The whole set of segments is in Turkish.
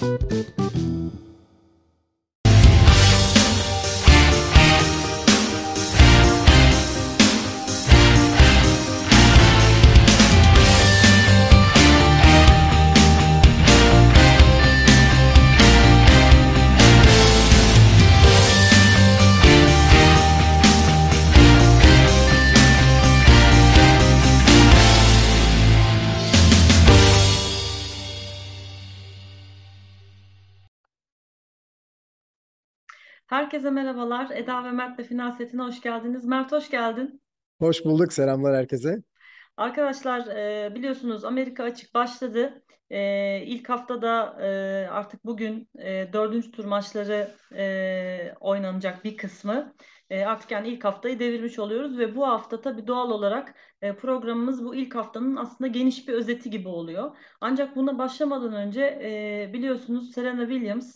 Herkese merhabalar. Eda ve Mert'le Final Seti'ne hoş geldiniz. Mert hoş geldin. Hoş bulduk. Selamlar herkese. Arkadaşlar biliyorsunuz Amerika açık başladı. İlk haftada artık bugün dördüncü tur maçları oynanacak bir kısmı. Artık yani ilk haftayı devirmiş oluyoruz ve bu hafta tabii doğal olarak programımız bu ilk haftanın aslında geniş bir özeti gibi oluyor. Ancak buna başlamadan önce biliyorsunuz Serena Williams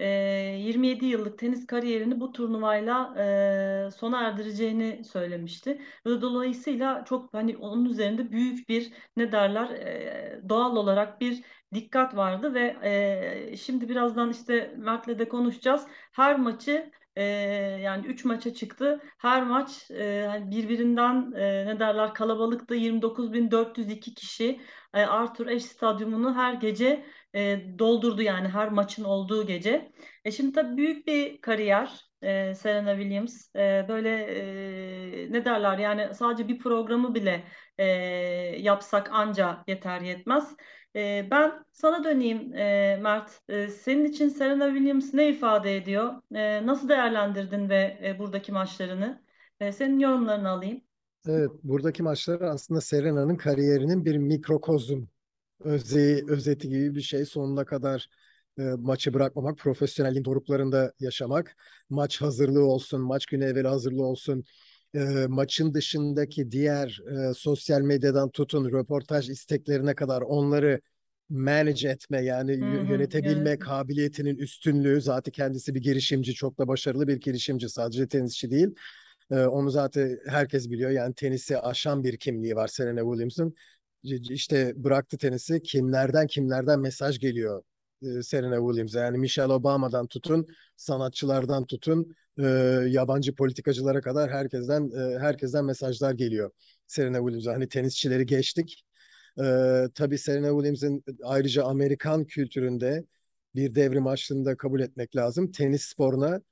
27 yıllık tenis kariyerini bu turnuvayla sona erdireceğini söylemişti. Ve dolayısıyla çok hani onun üzerinde büyük bir ne derler doğal olarak bir dikkat vardı ve şimdi birazdan işte Mert'le de konuşacağız. Her maçı yani 3 maça çıktı. Her maç hani birbirinden ne derler kalabalıktı. 29.402 kişi Arthur Ashe Stadyumunu her gece doldurdu yani her maçın olduğu gece. Şimdi tabii büyük bir kariyer Serena Williams. Böyle ne derler yani sadece bir programı bile yapsak anca yeter yetmez. Ben sana döneyim Mert. Senin için Serena Williams ne ifade ediyor? Nasıl değerlendirdin ve buradaki maçlarını? Senin yorumlarını alayım. Evet, buradaki maçlar aslında Serena'nın kariyerinin bir mikrokozum özeti gibi bir şey. Sonuna kadar maçı bırakmamak, profesyonelliğin doruklarında yaşamak, maç hazırlığı olsun, maç günü evveli hazırlığı olsun, maçın dışındaki diğer sosyal medyadan tutun, röportaj isteklerine kadar onları manage etme yani Hı hı, yönetebilme yönetim. kabiliyetinin üstünlüğü. Zaten kendisi bir girişimci, çok da başarılı bir girişimci, sadece tenisçi değil. Onu zaten herkes biliyor. Yani tenisi aşan bir kimliği var Serena Williams'ın. İşte bıraktı tenisi. Kimlerden mesaj geliyor Serena Williams'a. Yani Michelle Obama'dan tutun, sanatçılardan tutun, yabancı politikacılara kadar herkesten mesajlar geliyor Serena Williams'a. Hani tenisçileri geçtik. Tabii Serena Williams'ın ayrıca Amerikan kültüründe bir devrim açtığını da kabul etmek lazım. Tenis sporuna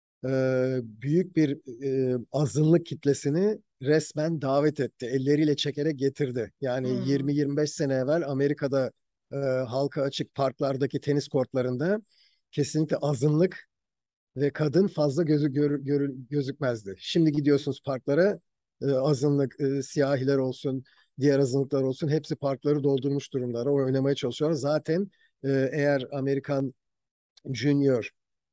büyük bir azınlık kitlesini resmen davet etti. Elleriyle çekerek getirdi. Yani Hı 20-25 sene evvel Amerika'da halka açık parklardaki tenis kortlarında kesinlikle azınlık ve kadın fazla gözükmezdi. Şimdi gidiyorsunuz parklara, azınlık, siyahiler olsun, diğer azınlıklar olsun, hepsi parkları doldurmuş durumdalar. O oynamaya çalışıyorlar. Zaten eğer Amerikan Junior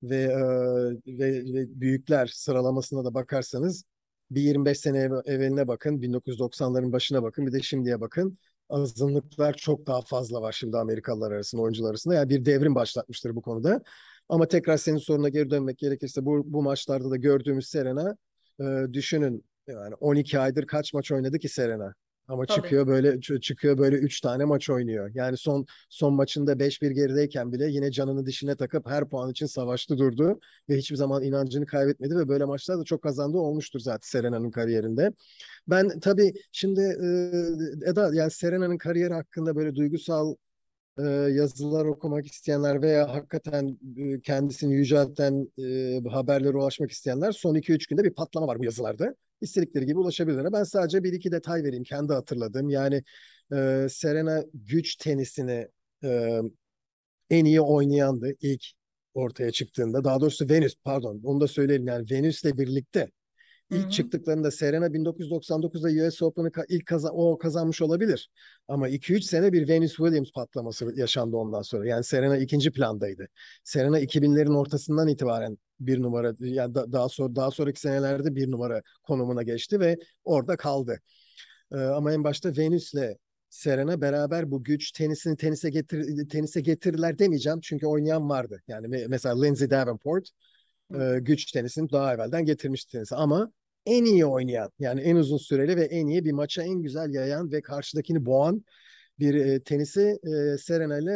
ve büyükler sıralamasına da bakarsanız bir 25 sene evveline bakın, 1990'ların başına bakın, bir de şimdiye bakın. Azınlıklar çok daha fazla var şimdi Amerikalılar arasında, oyuncular arasında. Yani bir devrim başlatmıştır bu konuda. Ama tekrar senin soruna geri dönmek gerekirse bu maçlarda da gördüğümüz Serena, düşünün yani 12 aydır kaç maç oynadı ki Serena? Ama tabii. çıkıyor böyle 3 tane maç oynuyor. Yani son maçında 5-1 gerideyken bile yine canını dişine takıp her puan için savaştı durdu ve hiçbir zaman inancını kaybetmedi ve böyle maçlar da çok kazandığı olmuştur zaten Serena'nın kariyerinde. Ben tabii şimdi Eda, yani Serena'nın kariyeri hakkında böyle duygusal yazılar okumak isteyenler veya hakikaten kendisini yücelten haberlere ulaşmak isteyenler son 2-3 günde bir patlama var bu yazılarda. İstedikleri gibi ulaşabilirler. Ben sadece bir iki detay vereyim kendi hatırladığım. Yani Serena güç tenisini e, en iyi oynayandı ilk ortaya çıktığında. Daha doğrusu Venüs, pardon, onu da söyleyelim, yani Venüs'le birlikte Hı İlk hı. çıktıklarında Serena 1999'da US Open'ı o kazanmış olabilir. Ama 2-3 sene bir Venus Williams patlaması yaşandı ondan sonra. Yani Serena ikinci plandaydı. Serena 2000'lerin ortasından itibaren bir numara, yani daha sonraki senelerde bir numara konumuna geçti ve orada kaldı. Ama en başta Venüs'le Serena beraber bu güç tenise getirdiler demeyeceğim çünkü oynayan vardı. Yani mesela Lindsay Davenport Hı. güç tenisini daha evvelden getirmişti tenise. Ama en iyi oynayan, yani en uzun süreli ve en iyi, bir maça en güzel yayan ve karşıdakini boğan bir tenisi Serena ile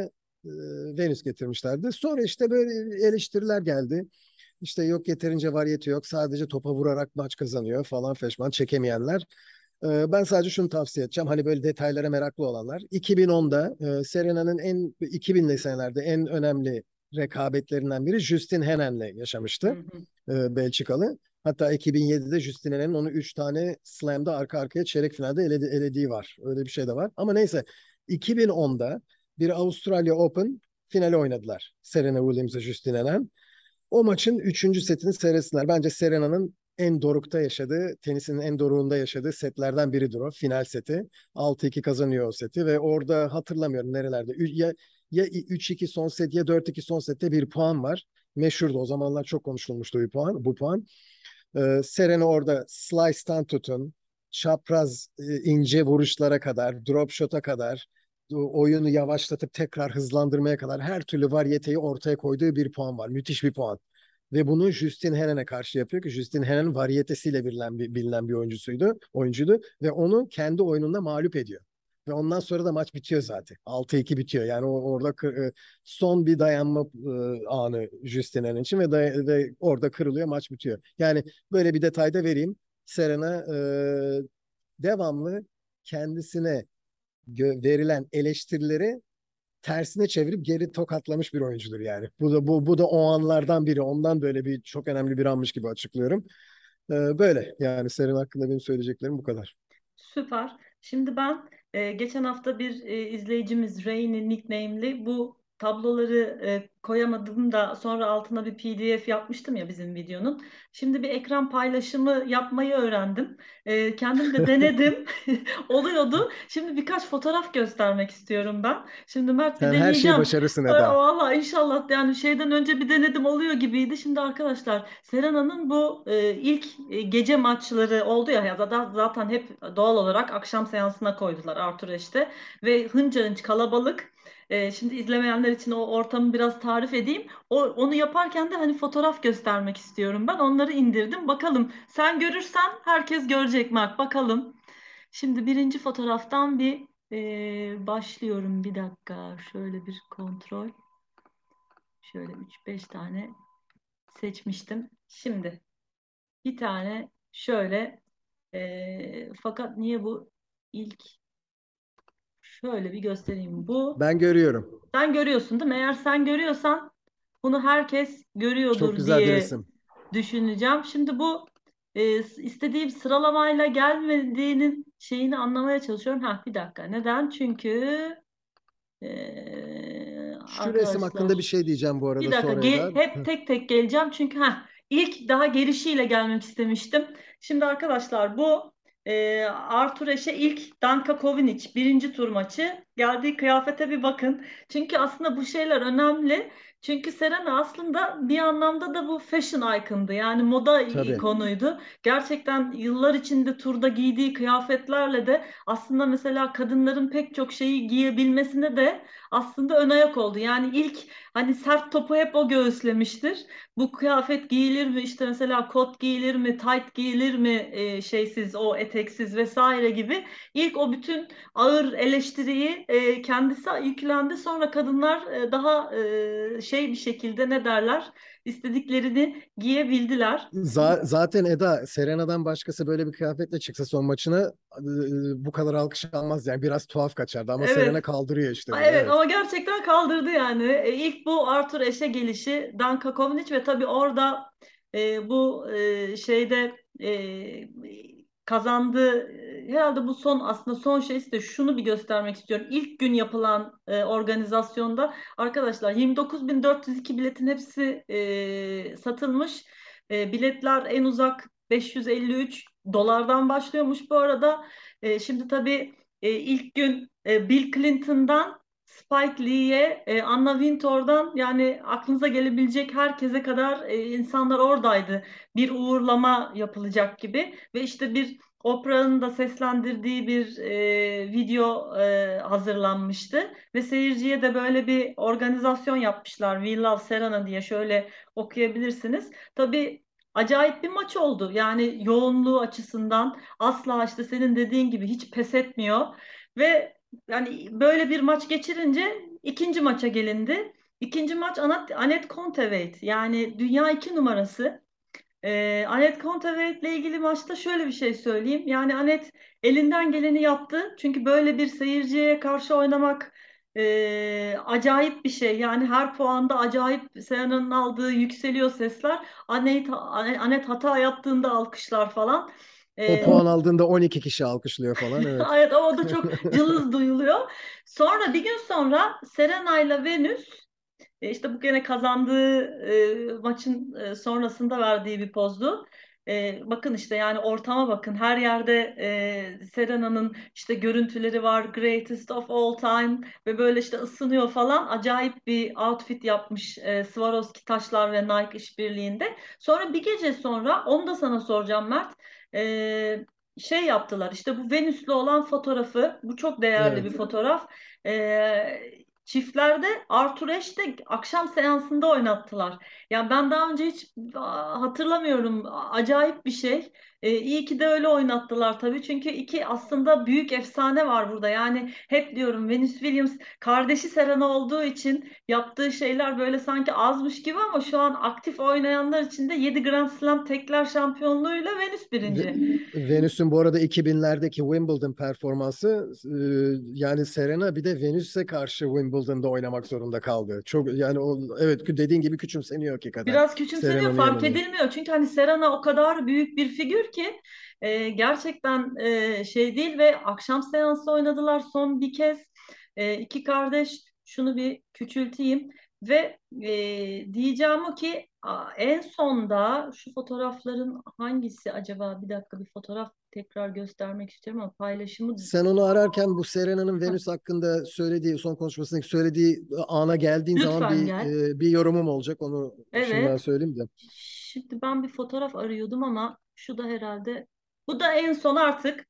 Venüs getirmişlerdi. Sonra işte böyle eleştiriler geldi. İşte yok yeterince varyeti yok. Sadece topa vurarak maç kazanıyor falan feşman çekemeyenler. Ben sadece şunu tavsiye edeceğim. Hani böyle detaylara meraklı olanlar. 2010'da Serena'nın 2000'li senelerde en önemli rekabetlerinden biri Justin Henen'le Hı yaşamıştı. hı. Belçikalı. Hatta 2007'de Justin Henen'in onu 3 tane Slam'da arka arkaya çeyrek finalde elediği var. Öyle bir şey de var. Ama neyse 2010'da bir Avustralya Open finali oynadılar. Serena Williams'la Justin Helen. O maçın üçüncü setini seyretsinler. Bence Serena'nın en dorukta yaşadığı, tenisinin en doruğunda yaşadığı setlerden biridir o. Final seti. 6-2 kazanıyor o seti ve orada hatırlamıyorum nerelerde. Ya 3-2 son set ya 4-2 son sette bir puan var. Meşhurdu. O zamanlar çok konuşulmuştu bu puan. Serena orada slice'tan tutun, çapraz ince vuruşlara kadar, drop shot'a kadar, oyunu yavaşlatıp tekrar hızlandırmaya kadar her türlü varyeteyi ortaya koyduğu bir puan var. Müthiş bir puan. Ve bunu Justin Henen'e karşı yapıyor ki Justin Henen variyetesiyle bilinen bir oyuncuydu ve onu kendi oyununda mağlup ediyor. Ve ondan sonra da maç bitiyor zaten. 6-2 bitiyor. Yani orada son bir dayanma anı Justin Henen için ve orada kırılıyor, maç bitiyor. Yani böyle bir detay da vereyim. Serena devamlı kendisine verilen eleştirileri tersine çevirip geri tokatlamış bir oyuncudur yani. Bu da o anlardan biri. Ondan böyle bir çok önemli bir anmış gibi açıklıyorum. Böyle yani Serena hakkında benim söyleyeceklerim bu kadar. Süper. Şimdi ben geçen hafta bir izleyicimiz Rain'i nickname'li bu tabloları koyamadım da sonra altına bir PDF yapmıştım ya bizim videonun. Şimdi bir ekran paylaşımı yapmayı öğrendim. Kendim de denedim. Oluyordu. Şimdi birkaç fotoğraf göstermek istiyorum ben. Şimdi Mert bir Sen her şeyi deneyeceğim. başarırsın Eda. Valla inşallah yani şeyden önce bir denedim oluyor gibiydi. Şimdi arkadaşlar Serena'nın bu ilk gece maçları oldu ya, zaten hep doğal olarak akşam seansına koydular Arthur Ashe'te ve hınca hınç kalabalık. Şimdi izlemeyenler için o ortamı biraz tarif edeyim. Onu yaparken de hani fotoğraf göstermek istiyorum ben. Onları indirdim. Bakalım sen görürsen herkes görecek Mert. Bakalım. Şimdi birinci fotoğraftan bir başlıyorum. Bir dakika. Şöyle bir kontrol. Şöyle üç beş tane seçmiştim. Şimdi bir tane şöyle fakat niye bu ilk şöyle bir göstereyim. Bu Ben görüyorum. sen görüyorsun değil mi? Eğer sen görüyorsan bunu herkes Çok görüyordur güzel bir diye resim. düşüneceğim. Şimdi bu istediğim sıralamayla gelmediğinin şeyini anlamaya çalışıyorum. Ha bir dakika. Neden? Çünkü Şu resim hakkında bir arkadaşlar şey diyeceğim bu bir arada dakika sonra Eda. hep tek tek geleceğim çünkü ilk daha gelişiyle gelmek istemiştim. Şimdi arkadaşlar bu Artur Ashe ilk Danka Kovinic birinci tur maçı geldiği kıyafete bir bakın. Çünkü aslında bu şeyler önemli. Çünkü Serena aslında bir anlamda da bu fashion icon'du. Yani moda Tabii. ikonuydu. Gerçekten yıllar içinde turda giydiği kıyafetlerle de aslında mesela kadınların pek çok şeyi giyebilmesine de aslında ön ayak oldu. Yani ilk hani sert topu hep o göğüslemiştir. Bu kıyafet giyilir mi? İşte mesela kot giyilir mi? Tight giyilir mi? Şeysiz, o eteksiz vesaire gibi. İlk o bütün ağır eleştiriyi kendisi yüklendi. Sonra kadınlar daha şey bir şekilde ne derler? İstediklerini giyebildiler. Zaten Eda Serena'dan başkası böyle bir kıyafetle çıksa son maçına bu kadar alkış almaz yani biraz tuhaf kaçardı ama Evet. Serena kaldırıyor işte bunu, Evet evet. ama gerçekten kaldırdı yani. İlk bu Arthur Ashe gelişi, Dan Kakovnic ve tabii orada bu şeyde kazandığı herhalde bu son aslında son şeysi de şunu bir göstermek istiyorum. İlk gün yapılan organizasyonda arkadaşlar 29.402 biletin hepsi satılmış. Biletler en uzak 553 dolardan başlıyormuş bu arada. Şimdi tabii ilk gün Bill Clinton'dan Spike Lee'ye, Anna Wintour'dan yani aklınıza gelebilecek herkese kadar insanlar oradaydı. Bir uğurlama yapılacak gibi ve işte bir Oprah'ın da seslendirdiği bir video hazırlanmıştı ve seyirciye de böyle bir organizasyon yapmışlar. We Love Serena diye şöyle okuyabilirsiniz. Tabii acayip bir maç oldu. Yani yoğunluğu açısından asla işte senin dediğin gibi hiç pes etmiyor ve yani böyle bir maç geçirince ikinci maça gelindi. İkinci maç Anett Kontaveit, yani dünya iki numarası. Anett Kontaveit ile ilgili maçta şöyle bir şey söyleyeyim. Yani Anett elinden geleni yaptı. Çünkü böyle bir seyirciye karşı oynamak acayip bir şey. Yani her puanda acayip Serena'nın aldığı yükseliyor sesler. Anett hata yaptığında alkışlar falan. O Ee, puan aldığında 12 kişi alkışlıyor falan, evet. evet, o da çok cılız duyuluyor. Sonra bir gün sonra Serena ile Venus, işte bu gene kazandığı maçın sonrasında verdiği bir pozdu. Bakın işte, yani ortama bakın. Her yerde Serena'nın işte görüntüleri var. Greatest of all time ve böyle işte ısınıyor falan. Acayip bir outfit yapmış Swarovski taşlar ve Nike işbirliğinde. Sonra bir gece sonra, onu da sana soracağım Mert. Şey yaptılar işte, bu Venüs'le olan fotoğrafı. Bu çok değerli bir Evet. fotoğraf. Çiftlerde Arthur Ashe de akşam seansında oynattılar. Yani ben daha önce hiç hatırlamıyorum. Acayip bir şey. İyi ki de öyle oynattılar tabii. Çünkü iki aslında büyük efsane var burada. Yani hep diyorum, Venus Williams kardeşi Serena olduğu için yaptığı şeyler böyle sanki azmış gibi, ama şu an aktif oynayanlar için de 7 Grand Slam tekler şampiyonluğuyla Venus Ve- birinci. Venüs'ün bu arada 2000'lerdeki Wimbledon performansı, yani Serena bir de Venüs'e karşı Wimbledon'da oynamak zorunda kaldı. Çok yani o, evet, dediğin gibi küçümseniyor hakikaten Biraz küçümseniyor, Serena'nın fark yanında. edilmiyor. Çünkü hani Serena o kadar büyük bir figür ki gerçekten şey değil. Ve akşam seansı oynadılar son bir kez. İki kardeş, şunu bir küçülteyim ve diyeceğim o ki, en sonda şu fotoğrafların hangisi acaba, bir dakika, bir fotoğraf tekrar göstermek istiyorum ama paylaşımı. Sen onu ararken bu Serena'nın Venüs hakkında söylediği, son konuşmasındaki söylediği ana geldiğin zaman Lütfen gel. bir yorumum olacak. Onu şimdiden Evet. söyleyeyim de. Şimdi ben bir fotoğraf arıyordum ama şu da herhalde. Bu da en son artık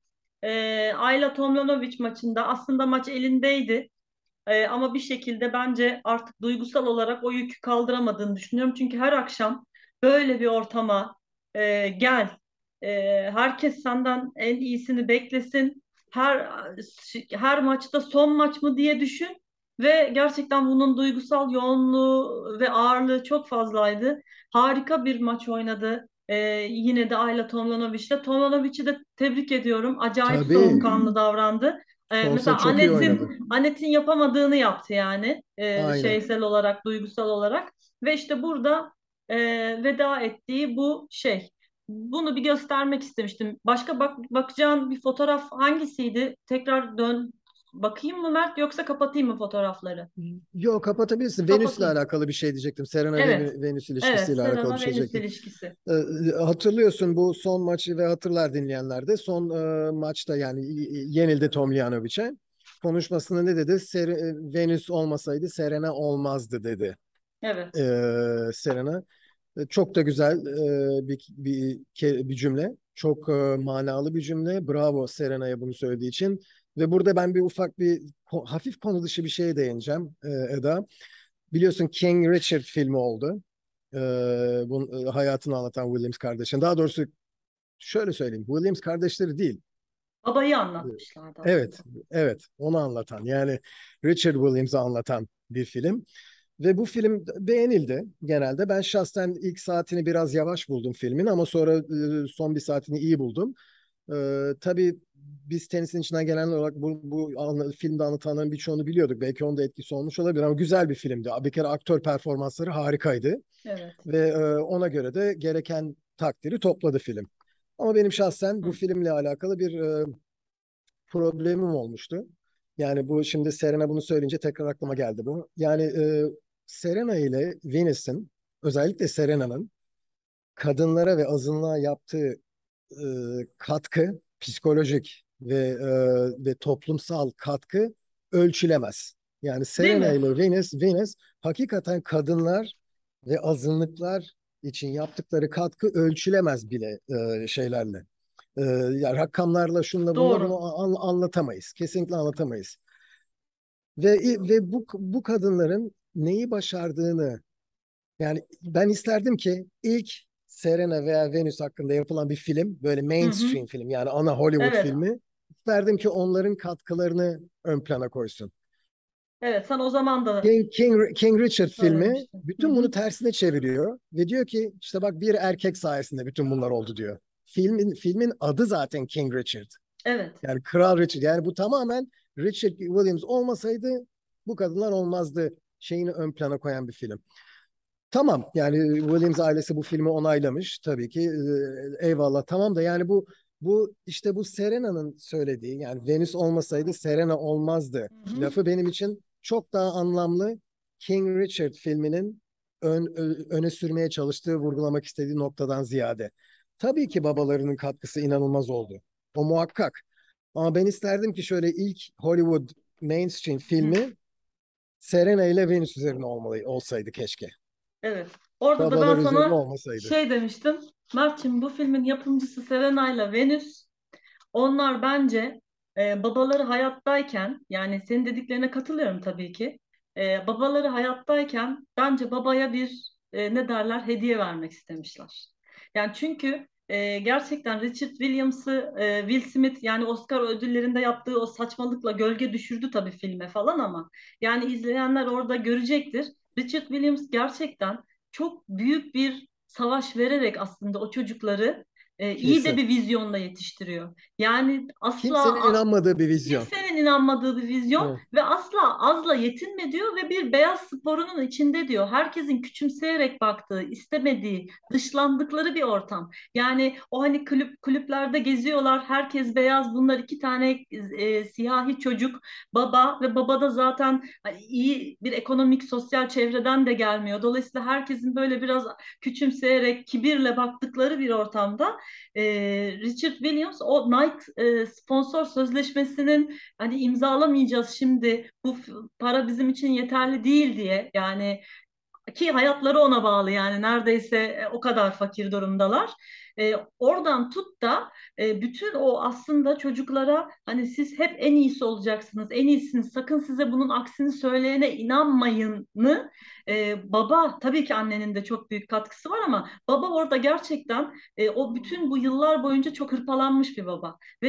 Ayla Tomljanovic maçında. Aslında maç elindeydi. Ama bir şekilde bence artık duygusal olarak o yükü kaldıramadığını düşünüyorum. Çünkü her akşam böyle bir ortama gel. E, Herkes senden en iyisini beklesin. Her her maçta son maç mı diye düşün. Ve gerçekten bunun duygusal yoğunluğu ve ağırlığı çok fazlaydı. Harika bir maç oynadı. Yine de Ayla Tomljanovic'le. Tomljanovic'i de tebrik ediyorum. Acayip Tabii, soğukkanlı davrandı. son Mesela set çok iyi oynadı. Anet'in yapamadığını yaptı yani, Aynen. şeysel olarak, duygusal olarak. Ve işte burada e, veda ettiği bu şey. Bunu bir göstermek istemiştim. Başka bakacağın bir fotoğraf hangisiydi? Tekrar dön bakayım mı Mert, yoksa kapatayım mı fotoğrafları? Yok, kapatabilirsin. Venüs'le Kapatayım. alakalı bir şey diyecektim. Serena ve Evet. Venüs Evet, ilişkisiyle alakalı bir şey Serena-Venüs diyecektim. ilişkisi. Hatırlıyorsun bu son maçı ve hatırlar dinleyenler de son maçta, yani yenildi Tomljanovic'e. Konuşmasında ne dedi? Venüs olmasaydı Serena olmazdı dedi. Evet. Serena. Çok da güzel bir cümle. Çok manalı bir cümle. Bravo Serena'ya bunu söylediği için. Ve burada ben bir ufak bir hafif konu dışı bir şeye değineceğim, Eda. Biliyorsun King Richard filmi oldu. Bunun hayatını anlatan Williams kardeşin. Daha doğrusu şöyle söyleyeyim. Williams kardeşleri değil. Babayı Ee, anlatmışlardı Evet, aslında. evet, onu anlatan, yani Richard Williams'ı anlatan bir film. Ve bu film beğenildi genelde. Ben şahsen ilk saatini biraz yavaş buldum filmin, ama sonra son bir saatini iyi buldum. Tabii biz tenisin içinden gelenler olarak filmde anlatılanların birçoğunu biliyorduk. Belki onun da etkisi olmuş olabilir, ama güzel bir filmdi. Bir kere aktör performansları harikaydı Evet. ve ona göre de gereken takdiri topladı film. Ama benim şahsen bu Hı. filmle alakalı bir problemim olmuştu. Yani bu, şimdi Serena bunu söyleyince tekrar aklıma geldi bu. Yani Serena ile Venus'in, özellikle Serena'nın kadınlara ve azınlığa yaptığı e, katkı, psikolojik ve toplumsal katkı ölçülemez. Yani Değil Serena mi? ile Venus hakikaten kadınlar ve azınlıklar için yaptıkları katkı ölçülemez bile şeylerle. Ya rakamlarla, şunla bunla Doğru. bunu anlatamayız. Kesinlikle anlatamayız. Ve bu kadınların neyi başardığını, yani ben isterdim ki ilk Serena veya Venus hakkında yapılan bir film, böyle Hı hı. mainstream film, yani ana Hollywood Evet. filmi, isterdim ki onların katkılarını ön plana koysun. Evet, sen o zaman da King Richard filmi söylemiştin. Hı bütün hı. bunu tersine çeviriyor ve diyor ki işte bak bir erkek sayesinde bütün bunlar oldu diyor. Filmin adı zaten King Richard. Evet. Yani Kral Richard. Yani bu tamamen Richard Williams olmasaydı bu kadınlar olmazdı şeyini ön plana koyan bir film. Tamam yani Williams ailesi bu filmi onaylamış tabii ki. Eyvallah tamam da yani bu işte bu Serena'nın söylediği yani Venüs olmasaydı Serena olmazdı Hı hı. lafı benim için çok daha anlamlı. King Richard filminin öne sürmeye çalıştığı, vurgulamak istediği noktadan ziyade. Tabii ki babalarının katkısı inanılmaz oldu. O muhakkak. Ama ben isterdim ki şöyle ilk Hollywood mainstream Hı. filmi Serena ile Venüs üzerine olsaydı keşke. Evet. Orada da ben Babalar üzerine sana olmasaydı. şey demiştim. Mert'ciğim, bu filmin yapımcısı Serenay'la Venüs. Onlar bence babaları hayattayken, yani senin dediklerine katılıyorum tabii ki. Babaları hayattayken bence babaya bir ne derler, hediye vermek istemişler. Yani çünkü gerçekten Richard Williams'ı Will Smith yani Oscar ödüllerinde yaptığı o saçmalıkla gölge düşürdü tabii filme falan, ama yani izleyenler orada görecektir. Richard Williams gerçekten çok büyük bir savaş vererek aslında o çocukları iyi de Kesin. bir vizyonla yetiştiriyor. Yani asla Kimsenin inanmadığı bir vizyon. kimsenin inanmadığı bir vizyon Evet. ve asla azla yetinme diyor ve bir beyaz sporunun içinde diyor. Herkesin küçümseyerek baktığı, istemediği, dışlandıkları bir ortam. Yani o hani kulüplerde geziyorlar, herkes beyaz, bunlar iki tane siyahi çocuk, baba ve baba da zaten hani iyi bir ekonomik sosyal çevreden de gelmiyor. Dolayısıyla herkesin böyle biraz küçümseyerek, kibirle baktıkları bir ortamda Richard Williams o Nike sponsor sözleşmesinin hani imzalamayacağız şimdi, bu para bizim için yeterli değil diye, yani ki hayatları ona bağlı, yani neredeyse o kadar fakir durumdalar. Oradan tut da bütün o aslında çocuklara hani siz hep en iyisi olacaksınız, en iyisiniz, sakın size bunun aksini söyleyene inanmayını baba, tabii ki annenin de çok büyük katkısı var ama baba orada gerçekten o bütün bu yıllar boyunca çok hırpalanmış bir baba ve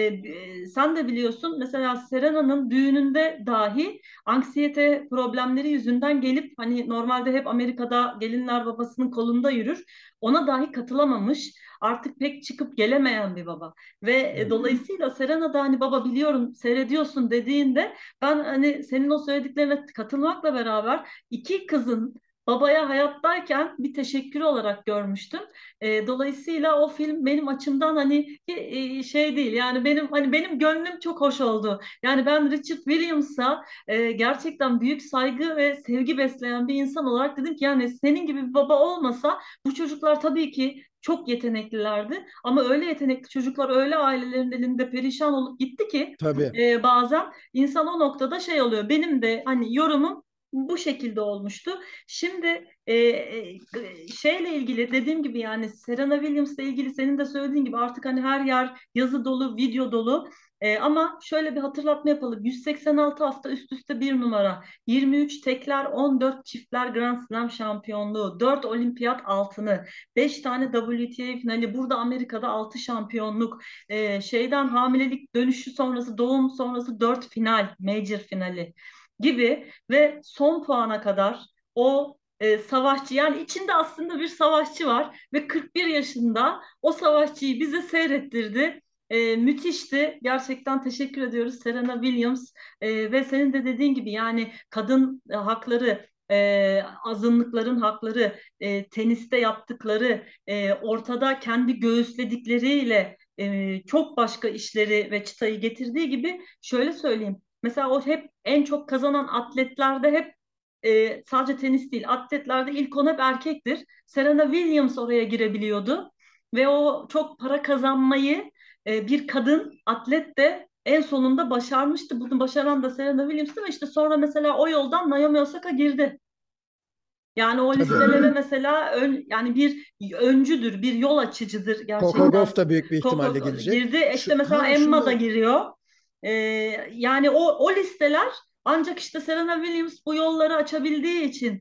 sen de biliyorsun mesela Serena'nın düğününde dahi anksiyete problemleri yüzünden gelip hani normalde hep Amerika'da gelinler babasının kolunda yürür. Ona dahi katılamamış. Artık pek çıkıp gelemeyen bir baba. Ve Evet. dolayısıyla Serena da hani baba biliyorum seyrediyorsun dediğinde ben hani senin o söylediklerine katılmakla beraber iki kızın babaya hayattayken bir teşekkür olarak görmüştüm. Dolayısıyla o film benim açımdan hani şey değil, yani benim gönlüm çok hoş oldu. Yani ben Richard Williams'a gerçekten büyük saygı ve sevgi besleyen bir insan olarak dedim ki yani senin gibi bir baba olmasa bu çocuklar tabii ki çok yeteneklilerdi ama öyle yetenekli çocuklar öyle ailelerin elinde perişan olup gitti ki Tabii. bazen insan o noktada şey oluyor. Benim de hani yorumum bu şekilde olmuştu. Şimdi şeyle ilgili dediğim gibi yani Serena Williams'la ilgili senin de söylediğin gibi artık hani her yer yazı dolu, video dolu. Ama şöyle bir hatırlatma yapalım. 186 hafta üst üste bir numara. 23 tekler, 14 çiftler Grand Slam şampiyonluğu, 4 olimpiyat altını, 5 tane WTA finali, burada Amerika'da 6 şampiyonluk, şeyden hamilelik dönüşü sonrası, doğum sonrası 4 final, major finali gibi ve son puana kadar o savaşçı, yani içinde aslında bir savaşçı var ve 41 yaşında o savaşçıyı bize seyrettirdi. Müthişti. Gerçekten teşekkür ediyoruz Serena Williams. Ve senin de dediğin gibi yani kadın hakları, azınlıkların hakları, teniste yaptıkları, ortada kendi göğüsledikleriyle çok başka işleri ve çıtayı getirdiği gibi şöyle söyleyeyim. Mesela o hep en çok kazanan atletlerde hep sadece tenis değil, atletlerde ilk 10 hep erkektir. Serena Williams oraya girebiliyordu ve o çok para kazanmayı bir kadın atlet de en sonunda başarmıştı. Bunu başaran da Serena Williams değil mi? İşte sonra mesela o yoldan Naomi Osaka girdi. Yani o Tabii. listelere mesela yani bir öncüdür, bir yol açıcıdır Coco gerçekten. Gauff da büyük bir ihtimalle Coco gelecek. girdi. İşte mesela Şunu Emma da da giriyor. Ee, Yani o listeler ancak işte Serena Williams bu yolları açabildiği için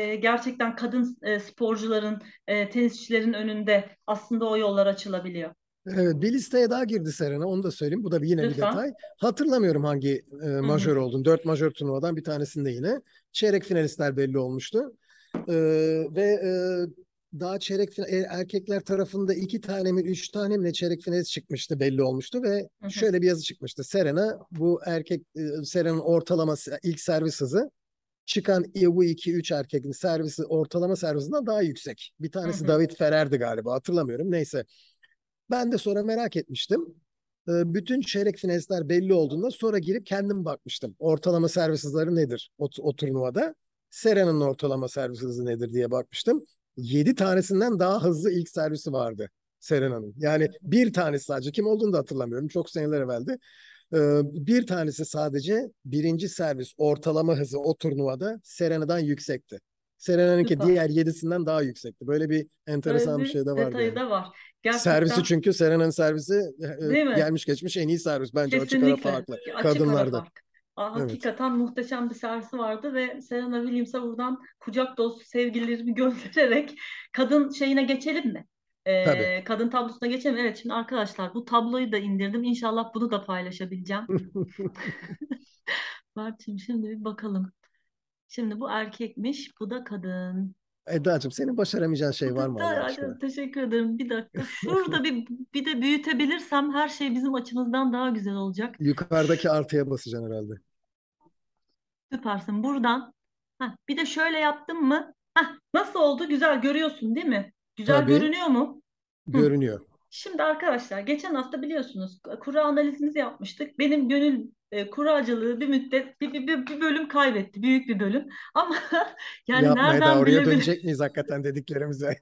gerçekten kadın sporcuların, tenisçilerin önünde aslında o yollar açılabiliyor. Evet, bir listeye daha girdi Serena. Onu da söyleyeyim. Bu da yine bir Lütfen. detay. Hatırlamıyorum hangi Hı hı. majör olduğunu. 4 majör turnuvadan bir tanesinde yine. Çeyrek finalistler belli olmuştu. E, ve daha çeyrek final, erkekler tarafında 2 tane mi 3 tane mi ne çeyrek finalist çıkmıştı belli olmuştu ve Hı hı. şöyle bir yazı çıkmıştı. Serena bu Serena'nın ortalaması ilk servis hızı çıkan bu 2-3 erkeğin servisi ortalama servisinden daha yüksek. Bir Hı tanesi hı. David Ferrer'di galiba, hatırlamıyorum. Neyse. Ben de sonra merak etmiştim. Bütün çeyrek finalistler belli olduğunda sonra girip kendim bakmıştım. Ortalama servis hızları nedir o turnuvada? Serena'nın ortalama servis hızı nedir diye bakmıştım. 7 tanesinden daha hızlı ilk servisi vardı Serena'nın. Yani bir tanesi sadece, kim olduğunu da hatırlamıyorum. Çok seneler evveldi. Bir tanesi sadece birinci servis ortalama hızı o turnuvada Serena'dan yüksekti. Serena'nınki Süper. diğer 7'sinden daha yüksekti. Böyle bir Böyle enteresan bir bir şey de vardı detayı yani. da var. Servisi, Gerçekten, çünkü Serena'nın servisi değil mi? gelmiş geçmiş en iyi servis. Bence açık ara Kesinlikle. farklı. Açık ara Kadınlarda. fark. Evet. Hakikaten muhteşem bir servisi vardı ve Serena Williams'a buradan kucak dolusu sevgilerimi göndererek kadın şeyine geçelim mi? Tabii. Kadın tablosuna geçelim mi? Evet, şimdi arkadaşlar bu tabloyu da indirdim. İnşallah bunu da paylaşabileceğim. Barçın, şimdi bir bakalım. Şimdi bu erkekmiş, bu da kadın. Eda'cığım, senin başaramayacağın şey var mı Allah aşkına? Teşekkür ederim. Bir dakika. Şurada bir de büyütebilirsem her şey bizim açımızdan daha güzel olacak. Yukarıdaki artıya basacaksın herhalde. Süpersin. Buradan. Heh, bir de şöyle yaptım mı? Heh, nasıl oldu? Güzel görüyorsun değil mi? Güzel Tabii. görünüyor mu? Hı. Görünüyor. Şimdi arkadaşlar, geçen hafta biliyorsunuz kura analizimizi yapmıştık. Benim gönül kuracılığı bir müddet bir bölüm kaybetti. Büyük bir bölüm. Ama yani Yapmaya da nereden oraya bilebilir? dönecek miyiz hakikaten dediklerimize?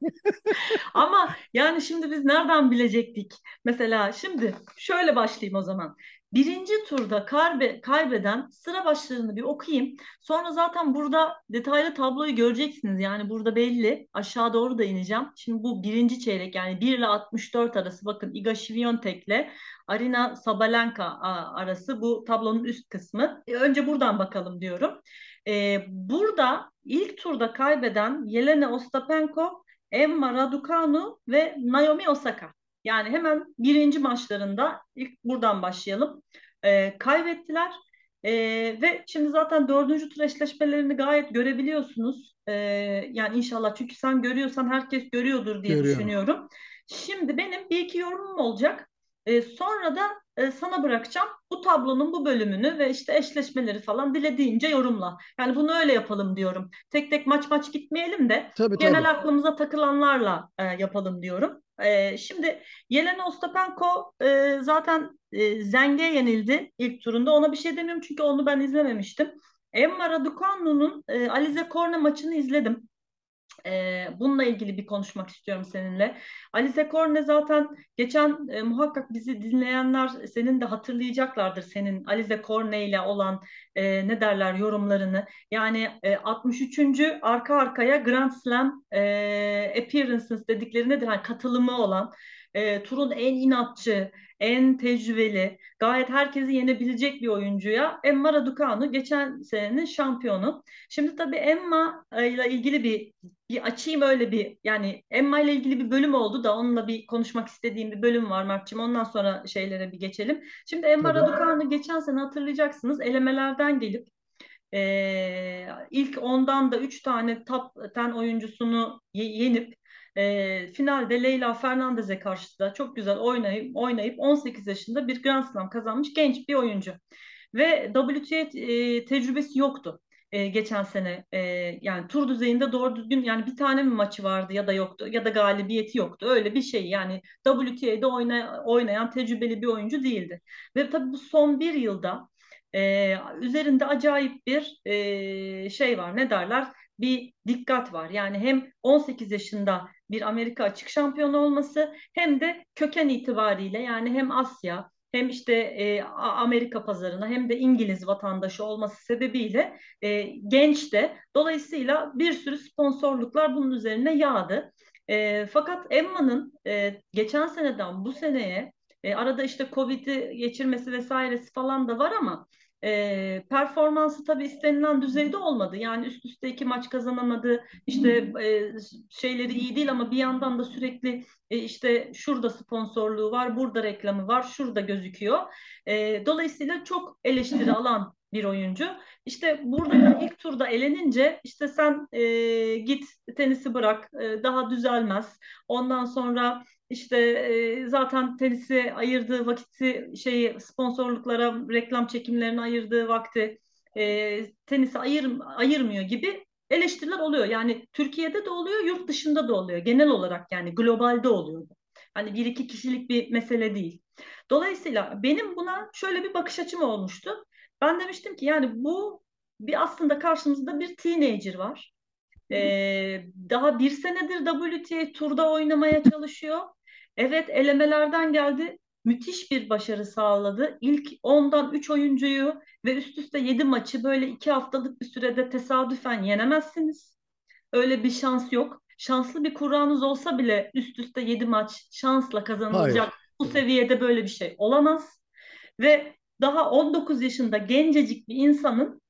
Ama yani şimdi biz nereden bilecektik? Mesela şimdi şöyle başlayayım o zaman. Birinci turda kaybeden sıra başlarını bir okuyayım. Sonra zaten burada detaylı tabloyu göreceksiniz. Yani burada belli. Aşağı doğru da ineceğim. Şimdi bu birinci çeyrek, yani 1 ile 64 arası, bakın Iga Świątek'le Arina Sabalenka arası bu tablonun üst kısmı. Önce buradan bakalım diyorum. Burada ilk turda kaybeden Yelena Ostapenko, Emma Raducanu ve Naomi Osaka. Yani hemen birinci maçlarında ilk buradan başlayalım. Kaybettiler. Ve şimdi zaten dördüncü tur eşleşmelerini gayet görebiliyorsunuz. Yani inşallah, çünkü sen görüyorsan herkes görüyordur diye Görüyorum. düşünüyorum. Şimdi benim bir iki yorumum olacak. Sonra da sana bırakacağım. Bu tablonun bu bölümünü ve işte eşleşmeleri falan dilediğince yorumla. Yani bunu öyle yapalım diyorum. Tek tek maç gitmeyelim de Tabii, tabii. genel aklımıza takılanlarla yapalım diyorum. Şimdi Yelena Ostapenko zaten Zeng'e yenildi ilk turunda. Ona bir şey demiyorum çünkü onu ben izlememiştim. Emma Raducanu'nun Alize Cornet maçını izledim. Bununla ilgili bir konuşmak istiyorum seninle. Alize Cornet zaten geçen, muhakkak bizi dinleyenler senin de hatırlayacaklardır, senin Alize Cornet ile olan ne derler yorumlarını. Yani 63. arka arkaya Grand Slam appearances dedikleri nedir? Yani katılımı olan, turun en inatçı, en tecrübeli, gayet herkesi yenebilecek bir oyuncuya Emma Raducanu, geçen senenin şampiyonu. Şimdi tabii Emma ile ilgili bir açayım, öyle bir, yani Emma ile ilgili bir bölüm oldu da onunla bir konuşmak istediğim bir bölüm var Mert'ciğim. Ondan sonra şeylere bir geçelim. Şimdi Emma Tabii. Raducanu geçen sene hatırlayacaksınız elemelerden gelip ilk ondan da 3 tane top 10 oyuncusunu yenip finalde Leyla Fernandez'e karşı da çok güzel oynayıp 18 yaşında bir Grand Slam kazanmış genç bir oyuncu. Ve WTA tecrübesi yoktu geçen sene. Yani tur düzeyinde doğru düzgün, yani bir tane mi maçı vardı ya da yoktu, ya da galibiyeti yoktu. Öyle bir şey, yani WTA'de oynayan tecrübeli bir oyuncu değildi. Ve tabii bu son bir yılda üzerinde acayip bir şey var. Ne derler? Bir dikkat var. Yani hem 18 yaşında bir Amerika açık şampiyonu olması, hem de köken itibariyle, yani hem Asya hem işte Amerika pazarına hem de İngiliz vatandaşı olması sebebiyle genç de, dolayısıyla bir sürü sponsorluklar bunun üzerine yağdı. Fakat Emma'nın geçen seneden bu seneye arada işte Covid'i geçirmesi vesairesi falan da var ama Performansı tabii istenilen düzeyde olmadı. Yani üst üste 2 maç kazanamadı. İşte şeyleri iyi değil ama bir yandan da sürekli işte şurada sponsorluğu var, burada reklamı var, şurada gözüküyor. Dolayısıyla çok eleştiri alan bir oyuncu. İşte burada da ilk turda elenince işte sen git tenisi bırak, daha düzelmez. Ondan sonra işte zaten tenisi ayırdığı vakti şeyi sponsorluklara, reklam çekimlerine ayırdığı vakti tenisi ayırmıyor gibi eleştiriler oluyor. Yani Türkiye'de de oluyor, yurt dışında da oluyor. Genel olarak yani globalde oluyor. Hani bir iki kişilik bir mesele değil. Dolayısıyla benim buna şöyle bir bakış açım olmuştu. Ben demiştim ki yani bu bir aslında karşımızda bir teenager var. Daha bir senedir WTA turda oynamaya çalışıyor. Evet, elemelerden geldi. Müthiş bir başarı sağladı. İlk ondan 3 oyuncuyu ve üst üste 7 maçı böyle 2 haftalık bir sürede tesadüfen yenemezsiniz. Öyle bir şans yok. Şanslı bir kuranız olsa bile üst üste 7 maç şansla kazanılacak Hayır. bu seviyede böyle bir şey olamaz. Ve daha 19 yaşında gencecik bir insanın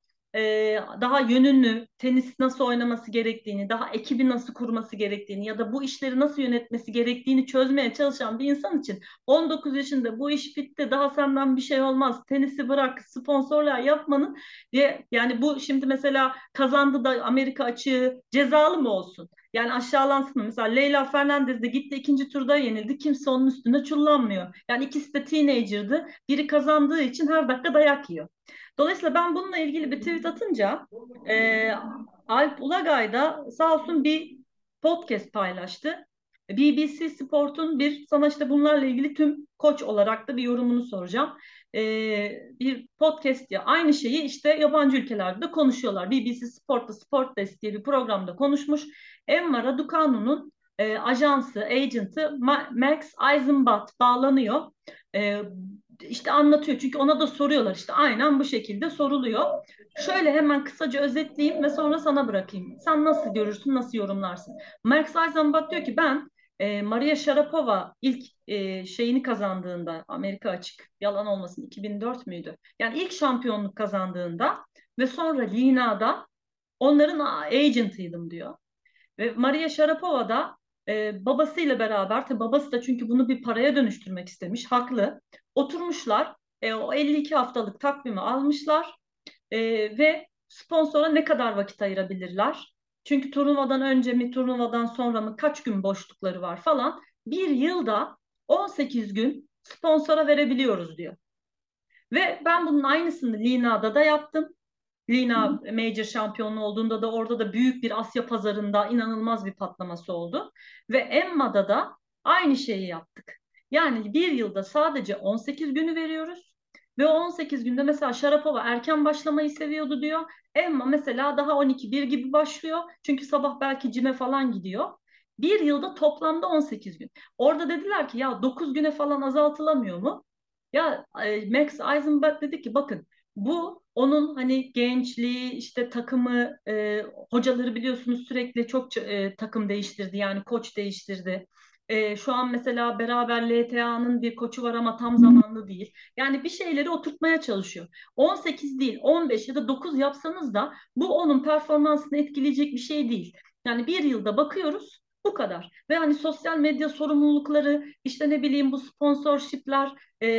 daha yönünü, tenis nasıl oynaması gerektiğini, daha ekibi nasıl kurması gerektiğini ya da bu işleri nasıl yönetmesi gerektiğini çözmeye çalışan bir insan için 19 yaşında bu iş bitti, daha senden bir şey olmaz, tenisi bırak, sponsorlar yapmanın diye yani bu şimdi mesela kazandı da Amerika açığı cezalı mı olsun? Yani aşağılansın mı? Mesela Leyla Fernandez de gitti ikinci turda yenildi. Kimse onun üstüne çullanmıyor. Yani ikisi de teenager'dı. Biri kazandığı için her dakika dayak yiyor. Dolayısıyla ben bununla ilgili bir tweet atınca e, Alp Ulagay da sağ olsun bir podcast paylaştı. BBC Sport'un bir sana işte bunlarla ilgili tüm koç olarak da bir yorumunu soracağım. E, Bir podcast ya aynı şeyi işte yabancı ülkelerde de konuşuyorlar. BBC Sport'ta Sport Desk diye bir programda konuşmuş. Emma Raducanu'nun ajansı, agent'ı Max Eisenbach bağlanıyor. E, işte anlatıyor çünkü ona da soruyorlar işte aynen bu şekilde soruluyor. Şöyle hemen kısaca özetleyeyim ve sonra sana bırakayım. Sen nasıl görürsün, nasıl yorumlarsın? Max Eisenbach diyor ki ben Maria Sharapova ilk şeyini kazandığında Amerika açık yalan olmasın 2004 müydü? Yani ilk şampiyonluk kazandığında ve sonra Lina'da onların agent'ıydım diyor. Ve Maria Sharapova da babasıyla beraber, tabii babası da çünkü bunu bir paraya dönüştürmek istemiş, haklı. Oturmuşlar, o 52 haftalık takvimi almışlar e, ve sponsora ne kadar vakit ayırabilirler? Çünkü turnuvadan önce mi, turnuvadan sonra mı, kaç gün boşlukları var falan. Bir yılda 18 gün sponsora verebiliyoruz diyor. Ve ben bunun aynısını Lina'da da yaptım. Lina Major şampiyonu olduğunda da orada da büyük bir Asya pazarında inanılmaz bir patlaması oldu. Ve Emma'da da aynı şeyi yaptık. Yani bir yılda sadece 18 günü veriyoruz. Ve o 18 günde mesela Sharapova erken başlamayı seviyordu diyor. Emma mesela daha 12-1 gibi başlıyor. Çünkü sabah belki cime falan gidiyor. Bir yılda toplamda 18 gün. Orada dediler ki ya 9 güne falan azaltılamıyor mu? Ya Max Eisenberg dedi ki bakın bu onun hani gençliği işte takımı hocaları biliyorsunuz sürekli çok takım değiştirdi yani koç değiştirdi. Şu an mesela beraber LTA'nın bir koçu var ama tam zamanlı değil. Yani bir şeyleri oturtmaya çalışıyor. 18 değil 15 ya da 9 yapsanız da bu onun performansını etkileyecek bir şey değil. Yani bir yılda bakıyoruz bu kadar. Ve hani sosyal medya sorumlulukları işte ne bileyim bu sponsorshipler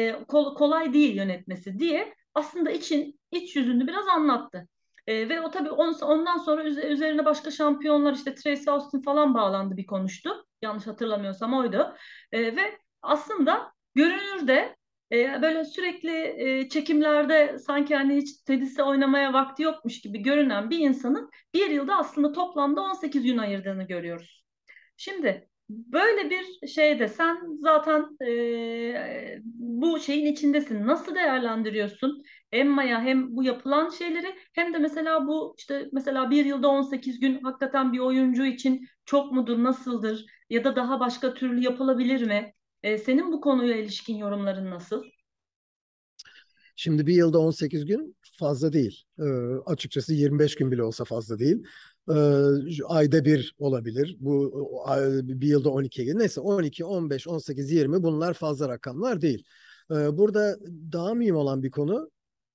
kolay değil yönetmesi diye aslında iç yüzünü biraz anlattı. Ve o tabii ondan sonra üzerine başka şampiyonlar işte Tracy Austin falan bağlandı bir konuştu. Yanlış hatırlamıyorsam oydu. Ve aslında görünürde böyle sürekli çekimlerde sanki hani hiç tenise oynamaya vakti yokmuş gibi görünen bir insanın bir yılda aslında toplamda 18 gün ayırdığını görüyoruz. Şimdi böyle bir şeyde sen zaten bu şeyin içindesin. Nasıl değerlendiriyorsun? Emma'ya hem bu yapılan şeyleri hem de mesela bu işte mesela bir yılda 18 gün hakikaten bir oyuncu için çok mudur, nasıldır? Ya da daha başka türlü yapılabilir mi? Senin bu konuya ilişkin yorumların nasıl? Şimdi bir yılda 18 gün fazla değil. Açıkçası 25 gün bile olsa fazla değil. Ayda bir olabilir. Bir yılda 12 gün. Neyse 12, 15, 18, 20 bunlar fazla rakamlar değil. Burada daha mühim olan bir konu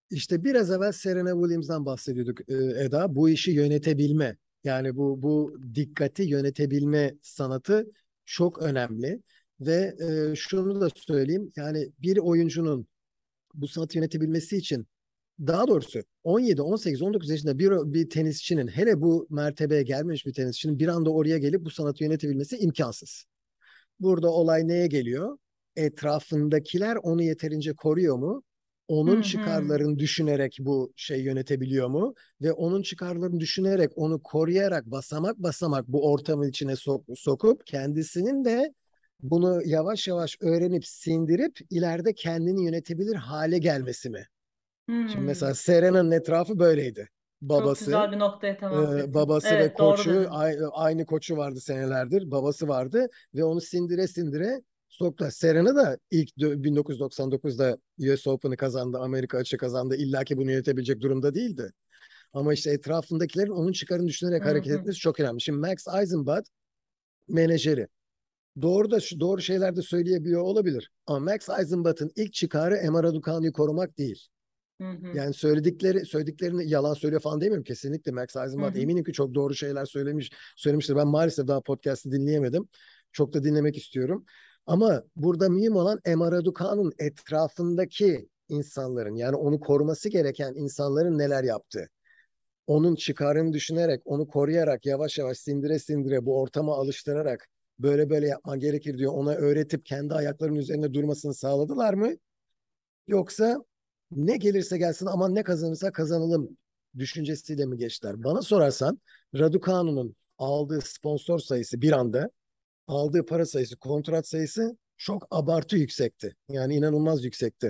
İşte biraz evvel Serena Williams'dan bahsediyorduk Eda. Bu işi yönetebilme, yani bu dikkati yönetebilme sanatı çok önemli. Ve şunu da söyleyeyim, yani bir oyuncunun bu sanatı yönetebilmesi için, daha doğrusu 17, 18, 19 yaşında bir tenisçinin, hele bu mertebeye gelmemiş bir tenisçinin bir anda oraya gelip bu sanatı yönetebilmesi imkansız. Burada olay neye geliyor? Etrafındakiler onu yeterince koruyor mu? Hı Onun hı. çıkarlarını düşünerek bu şey yönetebiliyor mu? Ve onun çıkarlarını düşünerek, onu koruyarak basamak basamak bu ortamın içine sokup kendisinin de bunu yavaş yavaş öğrenip sindirip ileride kendini yönetebilir hale gelmesi mi? Şimdi Hmm. mesela Serena'nın etrafı böyleydi. Çok Babası, güzel bir noktaya temas ettin. babası ve Evet, doğru koçu, dedin. aynı koçu vardı senelerdir. Babası vardı ve onu sindire sindire soktu. Serena da ilk 1999'da US Open'ı kazandı, Amerika açığı kazandı. İlla ki bunu yönetebilecek durumda değildi. Ama işte etrafındakilerin onun çıkarını düşünerek Hı hareket hı. etmesi çok önemli. Şimdi Max Eisenbach menajeri. Doğru şeyler de söyleyebiliyor olabilir. Ama Max Eisenbach'ın ilk çıkarı Emma Raducanu'yu korumak değil. Hı hı. Yani söylediklerini yalan söylüyor falan demiyorum kesinlikle. Max Hı Eisenbach hı. eminim ki çok doğru şeyler söylemiştir. Ben maalesef daha podcast'ı dinleyemedim. Çok da dinlemek istiyorum. Ama burada mühim olan Emma Raducanu'nun etrafındaki insanların, yani onu koruması gereken insanların neler yaptığı. Onun çıkarını düşünerek, onu koruyarak, yavaş yavaş sindire sindire bu ortama alıştırarak böyle böyle yapman gerekir diyor. Ona öğretip kendi ayaklarının üzerinde durmasını sağladılar mı? Yoksa ne gelirse gelsin, aman ne kazanırsa kazanalım düşüncesiyle mi geçtiler? Bana sorarsan Raducanu'nun aldığı sponsor sayısı bir anda, aldığı para sayısı, kontrat sayısı çok abartı yüksekti. Yani inanılmaz yüksekti.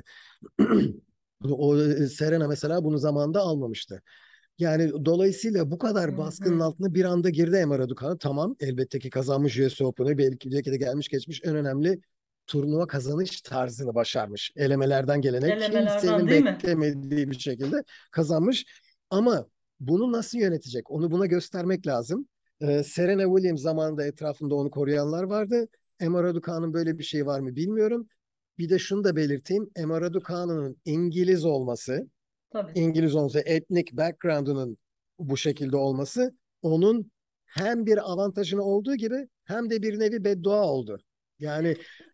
O Serena mesela bunu zamanında almamıştı. Yani dolayısıyla bu Hı kadar baskının hı. altında bir anda girdi Emma Raducanu. Tamam, elbette ki kazanmış US Open'ı. Belki de gelmiş geçmiş en önemli turnuva kazanış tarzını başarmış. Elemelerden gelene Elemelerden kimsenin değil mi? beklemediği bir şekilde kazanmış. Ama bunu nasıl yönetecek? Onu buna göstermek lazım. Serena Williams zamanında etrafında onu koruyanlar vardı. Emma Raducanu'nun böyle bir şey var mı bilmiyorum. Bir de şunu da belirteyim. Emma Raducanu'nun İngiliz olması, Tabii. İngiliz olması, etnik background'unun bu şekilde olması onun hem bir avantajını olduğu gibi hem de bir nevi beddua oldu. Yani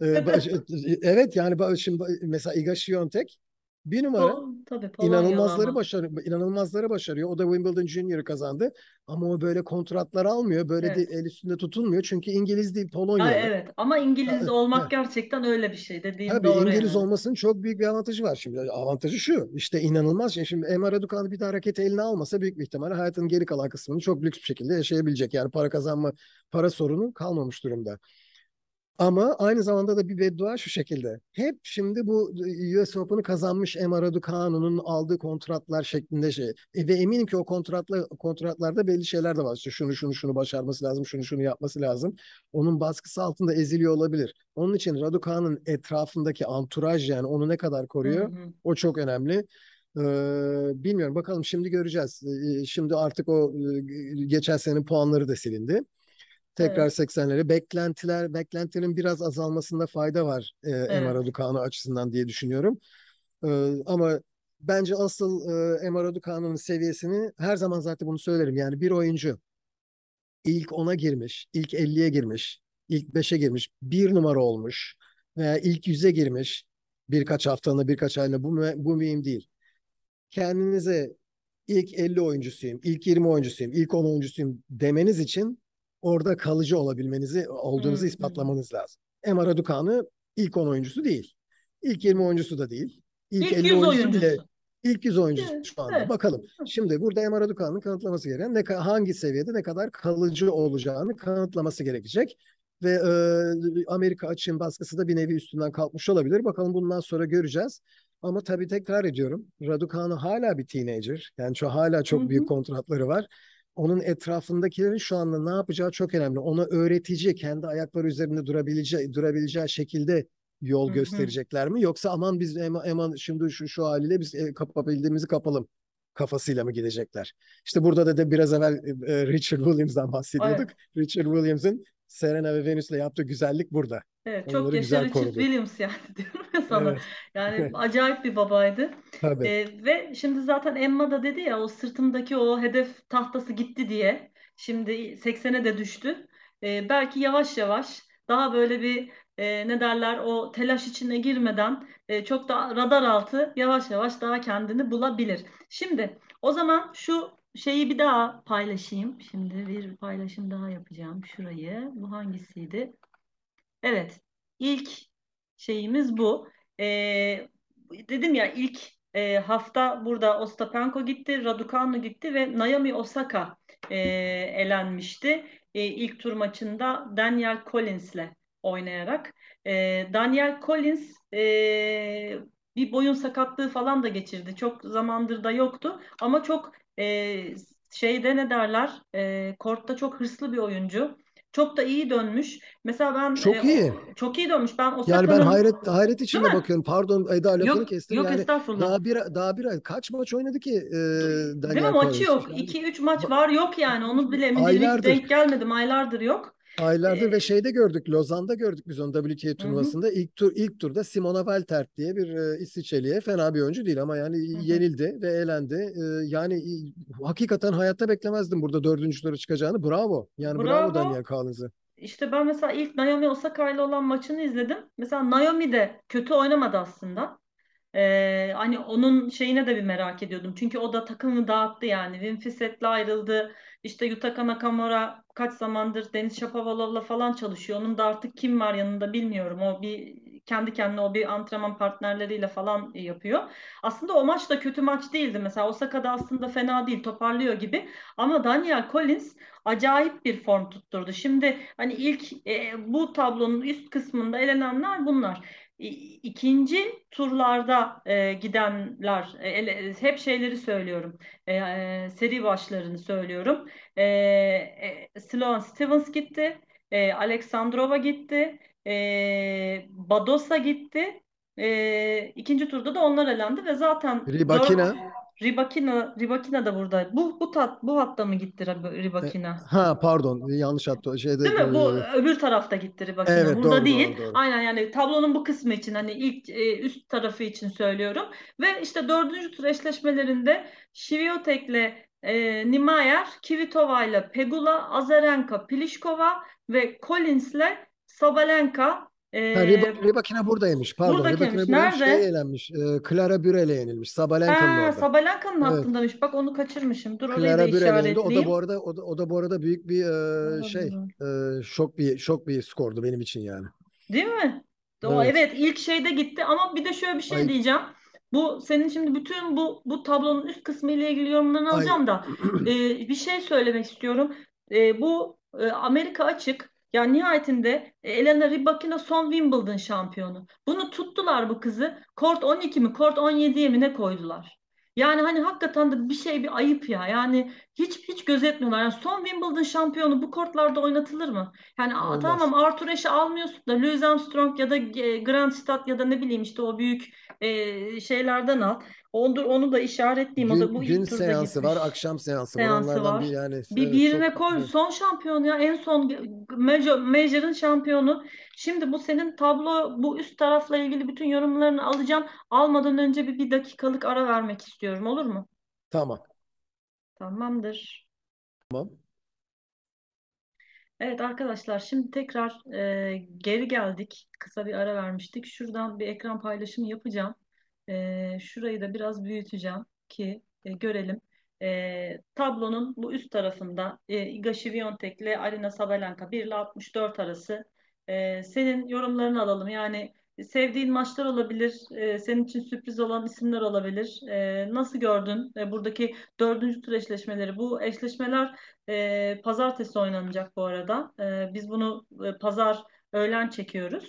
evet, yani şimdi mesela Iga Świątek bir numara, Tabii Polonyalı ama. inanılmazları başarıyor. O da Wimbledon Junior'ı kazandı. Ama o böyle kontratlar almıyor. Böyle de Evet. el üstünde tutulmuyor. Çünkü İngiliz değil, Ya Polonyalı. evet ama İngiliz olmak Ha, gerçekten öyle bir şey. Dediğin tabii doğru İngiliz yani. olmasının çok büyük bir avantajı var. Şimdi avantajı şu, işte inanılmaz şey. Şimdi Emre Raducanu bir de hareketi eline almasa büyük bir ihtimalle hayatının geri kalan kısmını çok lüks bir şekilde yaşayabilecek. Yani para sorunu kalmamış durumda. Ama aynı zamanda da bir beddua şu şekilde. Hep şimdi bu US Open'ı kazanmış Emma Raducanu'nun aldığı kontratlar şeklinde şey. Ve eminim ki o kontratlarda belli şeyler de var. İşte şunu başarması lazım, şunu yapması lazım. Onun baskısı altında eziliyor olabilir. Onun için Raducanu'nun etrafındaki anturaj, yani onu ne kadar Hı koruyor, hı. o çok önemli. Bilmiyorum, bakalım şimdi göreceğiz. Şimdi artık o geçen senenin puanları da silindi. Tekrar Evet. 80'lere, beklentilerin biraz azalmasında fayda var Emma Evet. Raducanu açısından diye düşünüyorum. Ama bence asıl Emma Raducanu'nun seviyesini her zaman zaten bunu söylerim. Yani bir oyuncu ilk 10'a girmiş, ilk 50'ye girmiş, ilk 5'e girmiş, bir numara olmuş veya ilk 100'e girmiş birkaç haftalığına, birkaç aylığına, bu mühim değil. Kendinize ilk 50 oyuncusuyum, ilk 20 oyuncusuyum, ilk 10 oyuncusuyum demeniz için orada kalıcı Hı olduğunuzu hı. ispatlamanız lazım. Emre Raducanu ilk 10 oyuncusu değil. İlk Hı 20 hı. oyuncusu da değil. İlk İlk 50 100 oyuncusu bile, oyuncusu. ilk 100 oyuncusu Evet. şu anda. Evet. Bakalım. Şimdi burada Emre Raducanu'nun kanıtlaması gereken hangi seviyede ne kadar kalıcı olacağını kanıtlaması gerekecek. Ve Amerika açığın baskısı da bir nevi üstünden kalkmış olabilir. Bakalım bundan sonra göreceğiz. Ama tabii tekrar ediyorum, Raducanu hala bir teenager. Yani hala Hı çok büyük hı. kontratları var. Onun etrafındakilerin şu anda ne yapacağı çok önemli. Ona öğretici, kendi ayakları üzerinde durabileceği şekilde Hı yol hı. gösterecekler mi? Yoksa aman biz hemen şimdi şu haliyle biz kapabildiğimizi kapalım kafasıyla mı gidecekler? İşte burada da biraz evvel Richard Williams'dan bahsediyorduk. Evet. Richard Williams'ın Serena ve Venus'le yaptığı güzellik burada. Evet, çok Onları yaşa güzel Richard korudu. Williams yani diyorum ya sana. Evet. Yani acayip bir babaydı. Tabii. Ve şimdi zaten Emma da dedi ya o sırtımdaki o hedef tahtası gitti diye. Şimdi 80'e de düştü. Belki yavaş yavaş daha böyle bir ne derler o telaş içine girmeden çok da radar altı yavaş yavaş daha kendini bulabilir. Şimdi o zaman şu şeyi bir daha paylaşayım. Şimdi bir paylaşım daha yapacağım şurayı. Bu hangisiydi? Evet, ilk şeyimiz bu. Dedim ya ilk hafta burada Ostapenko gitti, Raducanu gitti ve Naomi Osaka elenmişti. İlk tur maçında Daniel Collins'le oynayarak. Daniel Collins bir boyun sakatlığı falan da geçirdi. Çok zamandır da yoktu ama çok şeyde ne derler, kortta çok hırslı bir oyuncu. Çok da iyi dönmüş. Mesela ben Çok iyi. çok iyi dönmüş. Ben Yani ben Osaka'nın hayret değil içinde mi? bakıyorum. Pardon Eda, lafını Yok kestim. yok Yani estağfurullah. daha bir ay kaç maç oynadı ki Değil mi? Daniel Maçı Collins? yok. Yani 2-3 maç ba- var. Yok yani. iki, üç Onu bile lig aylardır denk gelmedim. Aylardır yok. aylardır E, ve şeyde gördük. Lozan'da gördük biz onu WTA hı hı, turnuvasında. İlk turda Simona Waltert diye bir İsviçreli'ye, fena bir oyuncu değil ama yani hı hı. yenildi ve elendi. Yani hakikaten hayatta beklemezdim burada dördüncü tura çıkacağını. Bravo. Yani bravo Daniel Bravo. Collins'e. İşte ben mesela ilk Naomi Osaka ile olan maçını izledim. Mesela Naomi de kötü oynamadı aslında. Hani onun şeyine de bir merak ediyordum. Çünkü o da takımı dağıttı yani. Wim Fiset'le ayrıldı. İşte Yutaka Nakamura kaç zamandır Denis Shapovalov'la falan çalışıyor. Onun da artık kim var yanında bilmiyorum. O bir kendi kendine o bir antrenman partnerleriyle falan yapıyor. Aslında o maç da kötü maç değildi. Mesela Osaka'da aslında fena değil, toparlıyor gibi. Ama Daniel Collins acayip bir form tutturdu. Şimdi hani ilk bu tablonun üst kısmında elenenler bunlar. İkinci turlarda gidenler hep şeyleri söylüyorum. Seri başlarını söylüyorum. Sloane Stevens gitti. Alexandrova gitti. Badosa gitti. İkinci turda da onlar elendi ve zaten Rybakina. Ribakina da burada. Bu hatta mı gitti Ribakina? Ha pardon, yanlış attı. Şeyde Değil mi? Bu öbür tarafta gitti Ribakina. evet, Burada doğru değil. doğru doğru. Aynen yani tablonun bu kısmı için hani ilk üst tarafı için söylüyorum. Ve işte dördüncü tur eşleşmelerinde Świątek'le Niemeyer, Kvitova'yla Pegula, Azarenka, Pliskova ve Collins'le Sabalenka Ha, e, Rybakina buradaymış. Pardon. buradaymış. Rybakina buradaymış. Şey Nerede? elenmiş. Clara Bürel'e yenilmiş. Sabalenka'nın Ha, orada. Sabalenka'nın Evet. hattındamış. Bak onu kaçırmışım. Dur orayı da Clara Bürel'e yenildi. O da bu işaretleyeyim. arada bu arada büyük bir Clara şok bir skordu benim için yani. Değil mi? O Evet. evet ilk şeyde gitti ama bir de şöyle bir şey Ay diyeceğim. Bu senin şimdi bütün bu tablonun üst kısmı ile ilgili yorumlarını ay alacağım da bir şey söylemek istiyorum. Bu Amerika açık. Yani nihayetinde Elena Rybakina son Wimbledon şampiyonu. Bunu tuttular bu kızı. Kort 12 mi, kort 17'ye mi ne koydular? Yani hani hakikaten de bir ayıp ya. Yani hiç gözetmiyorlar. Yani son Wimbledon şampiyonu bu kortlarda oynatılır mı? Yani olmaz. tamam Arthur Ashe'i almıyorsun da Louis Armstrong ya da Grandstadt ya da ne bileyim işte o büyük şeylerden al. Onu da işaretleyeyim. O da bu Gün ilk turda seansı var, gitmiş. akşam seansı var. Seansı Onlardan bir var. yani Bir evet çok birine koy. evet. Son şampiyon ya. En son Major'ın şampiyonu. Şimdi bu senin tablo bu üst tarafla ilgili bütün yorumlarını alacağım. Almadan önce bir dakikalık ara vermek istiyorum. Olur mu? Tamam. Tamamdır. Tamam. Evet arkadaşlar şimdi tekrar geri geldik. Kısa bir ara vermiştik. Şuradan bir ekran paylaşımı yapacağım. Şurayı da biraz büyüteceğim ki görelim. Tablonun bu üst tarafında Iga Świątek ile Aryna Sabalenka 1 ile 64 arası. Senin yorumlarını alalım. Yani sevdiğin maçlar olabilir. Senin için sürpriz olan isimler olabilir. Nasıl gördün buradaki dördüncü tur eşleşmeleri? Bu eşleşmeler pazartesi oynanacak bu arada. Biz bunu pazar öğlen çekiyoruz.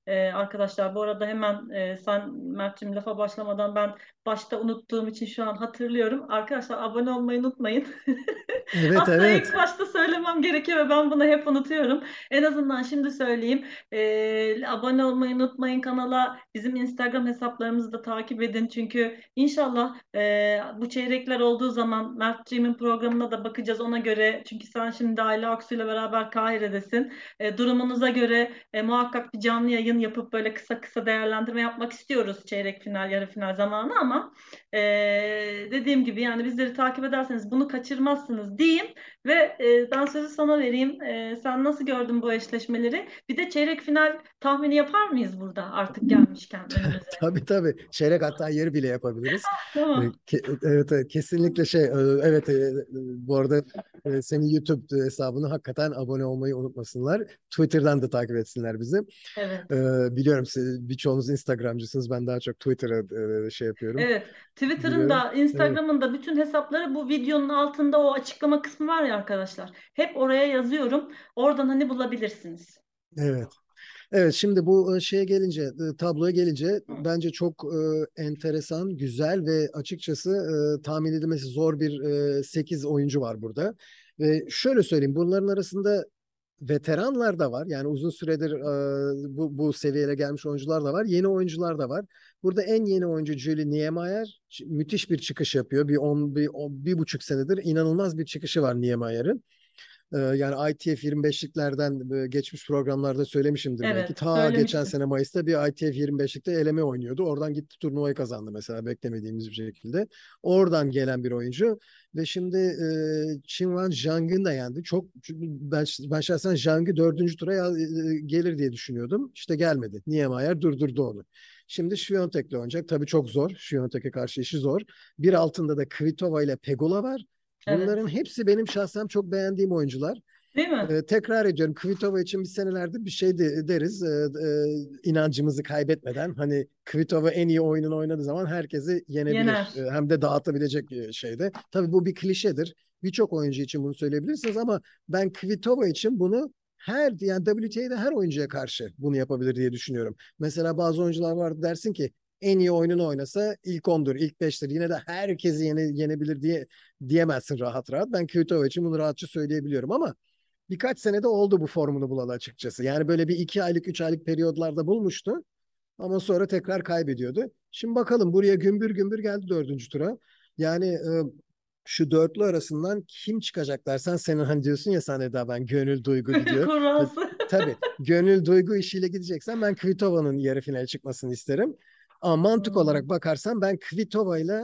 arkadaşlar. Bu arada hemen sen Mert'cim lafa başlamadan ben başta unuttuğum için şu an hatırlıyorum. Arkadaşlar abone olmayı unutmayın. Evet, Aslında ilk evet. başta söylemem gerekiyor ve ben bunu hep unutuyorum. En azından şimdi söyleyeyim. Abone olmayı unutmayın kanala. Bizim Instagram hesaplarımızı da takip edin. Çünkü inşallah bu çeyrekler olduğu zaman Mert'ciğimin programına da bakacağız ona göre. Çünkü sen şimdi Ayla Aksu'yla beraber Kahire'desin. Durumunuza göre muhakkak bir canlı yayın yapıp böyle kısa kısa değerlendirme yapmak istiyoruz çeyrek final, yarı final zamanı ama e, dediğim gibi yani bizleri takip ederseniz bunu kaçırmazsınız diyeyim ve ben sözü sana vereyim. Sen nasıl gördün bu eşleşmeleri? Bir de çeyrek final tahmini yapar mıyız burada artık gelmişken önümüze? Tabii, tabii. Çeyrek hatta yarı bile yapabiliriz. Tamam. Evet, evet, kesinlikle evet, bu arada senin YouTube hesabını hakikaten abone olmayı unutmasınlar. Twitter'dan da takip etsinler bizi. Evet. Biliyorum siz birçoğunuz Instagramcısınız. Ben daha çok Twitter'a şey yapıyorum. Evet. Twitter'ın Giriyorum. da, Evet, Instagram'ın da bütün hesapları bu videonun altında o açıklama kısmı var ya arkadaşlar. Hep oraya yazıyorum. Oradan hani bulabilirsiniz. evet. Evet, şimdi bu şeye gelince, tabloya gelince Hı. bence çok enteresan, güzel ve açıkçası tahmin edilmesi zor bir 8 oyuncu var burada. Ve şöyle söyleyeyim, bunların arasında veteranlar da var. Yani uzun süredir bu seviyeye gelmiş oyuncular da var. Yeni oyuncular da var. Burada en yeni oyuncu Julie Niemeyer müthiş bir çıkış yapıyor. Bir buçuk senedir inanılmaz bir çıkışı var Niemeyer'in. Yani ITF 25'liklerden geçmiş programlarda söylemişimdir belki. Evet, Ta geçen söylemiştin. sene Mayıs'ta bir ITF 25'likte eleme oynuyordu. Oradan gitti turnuvayı kazandı mesela beklemediğimiz bir şekilde. Oradan gelen bir oyuncu ve şimdi Qinwen Zhang'ın da yendi. Ben şahsen Zhang'ı dördüncü tura gelir diye düşünüyordum. İşte gelmedi. Niemeyer durdurdu onu. Şimdi Świątek'le oynayacak. Tabii çok zor. Świątek'e karşı işi zor. Bir altında da Kvitova ile Pegula var. Bunların Evet. hepsi benim şahsen çok beğendiğim oyuncular. Değil mi? Tekrar ediyorum, Kvitova için biz senelerdir bir şey deriz. İnancımızı kaybetmeden. Hani Kvitova en iyi oyununu oynadığı zaman herkesi yenebilir. Yener. Hem de dağıtabilecek şeyde. Tabii bu bir klişedir. Birçok oyuncu için bunu söyleyebilirsiniz ama ben Kvitova için bunu yani WTA'de her oyuncuya karşı bunu yapabilir diye düşünüyorum. Mesela bazı oyuncular var dersin ki en iyi oyununu oynasa ilk 10'dur, ilk 5'tir. Yine de herkesi yenebilir diyemezsin rahat rahat. Ben Kvitova için bunu rahatça söyleyebiliyorum ama birkaç senede oldu bu formunu bulalı açıkçası. Yani böyle bir 2 aylık, 3 aylık periyodlarda bulmuştu ama sonra tekrar kaybediyordu. Şimdi bakalım buraya gümbür gümbür geldi dördüncü tura. Yani şu dörtlü arasından kim çıkacak dersen senin hani diyorsun ya sen Eda ben gönül duygu gidiyor. Kurası. Tabii gönül duygu işiyle gideceksen ben Kvitova'nın yarı finale çıkmasını isterim. Ama mantık Hmm. olarak bakarsan ben Kvitova ile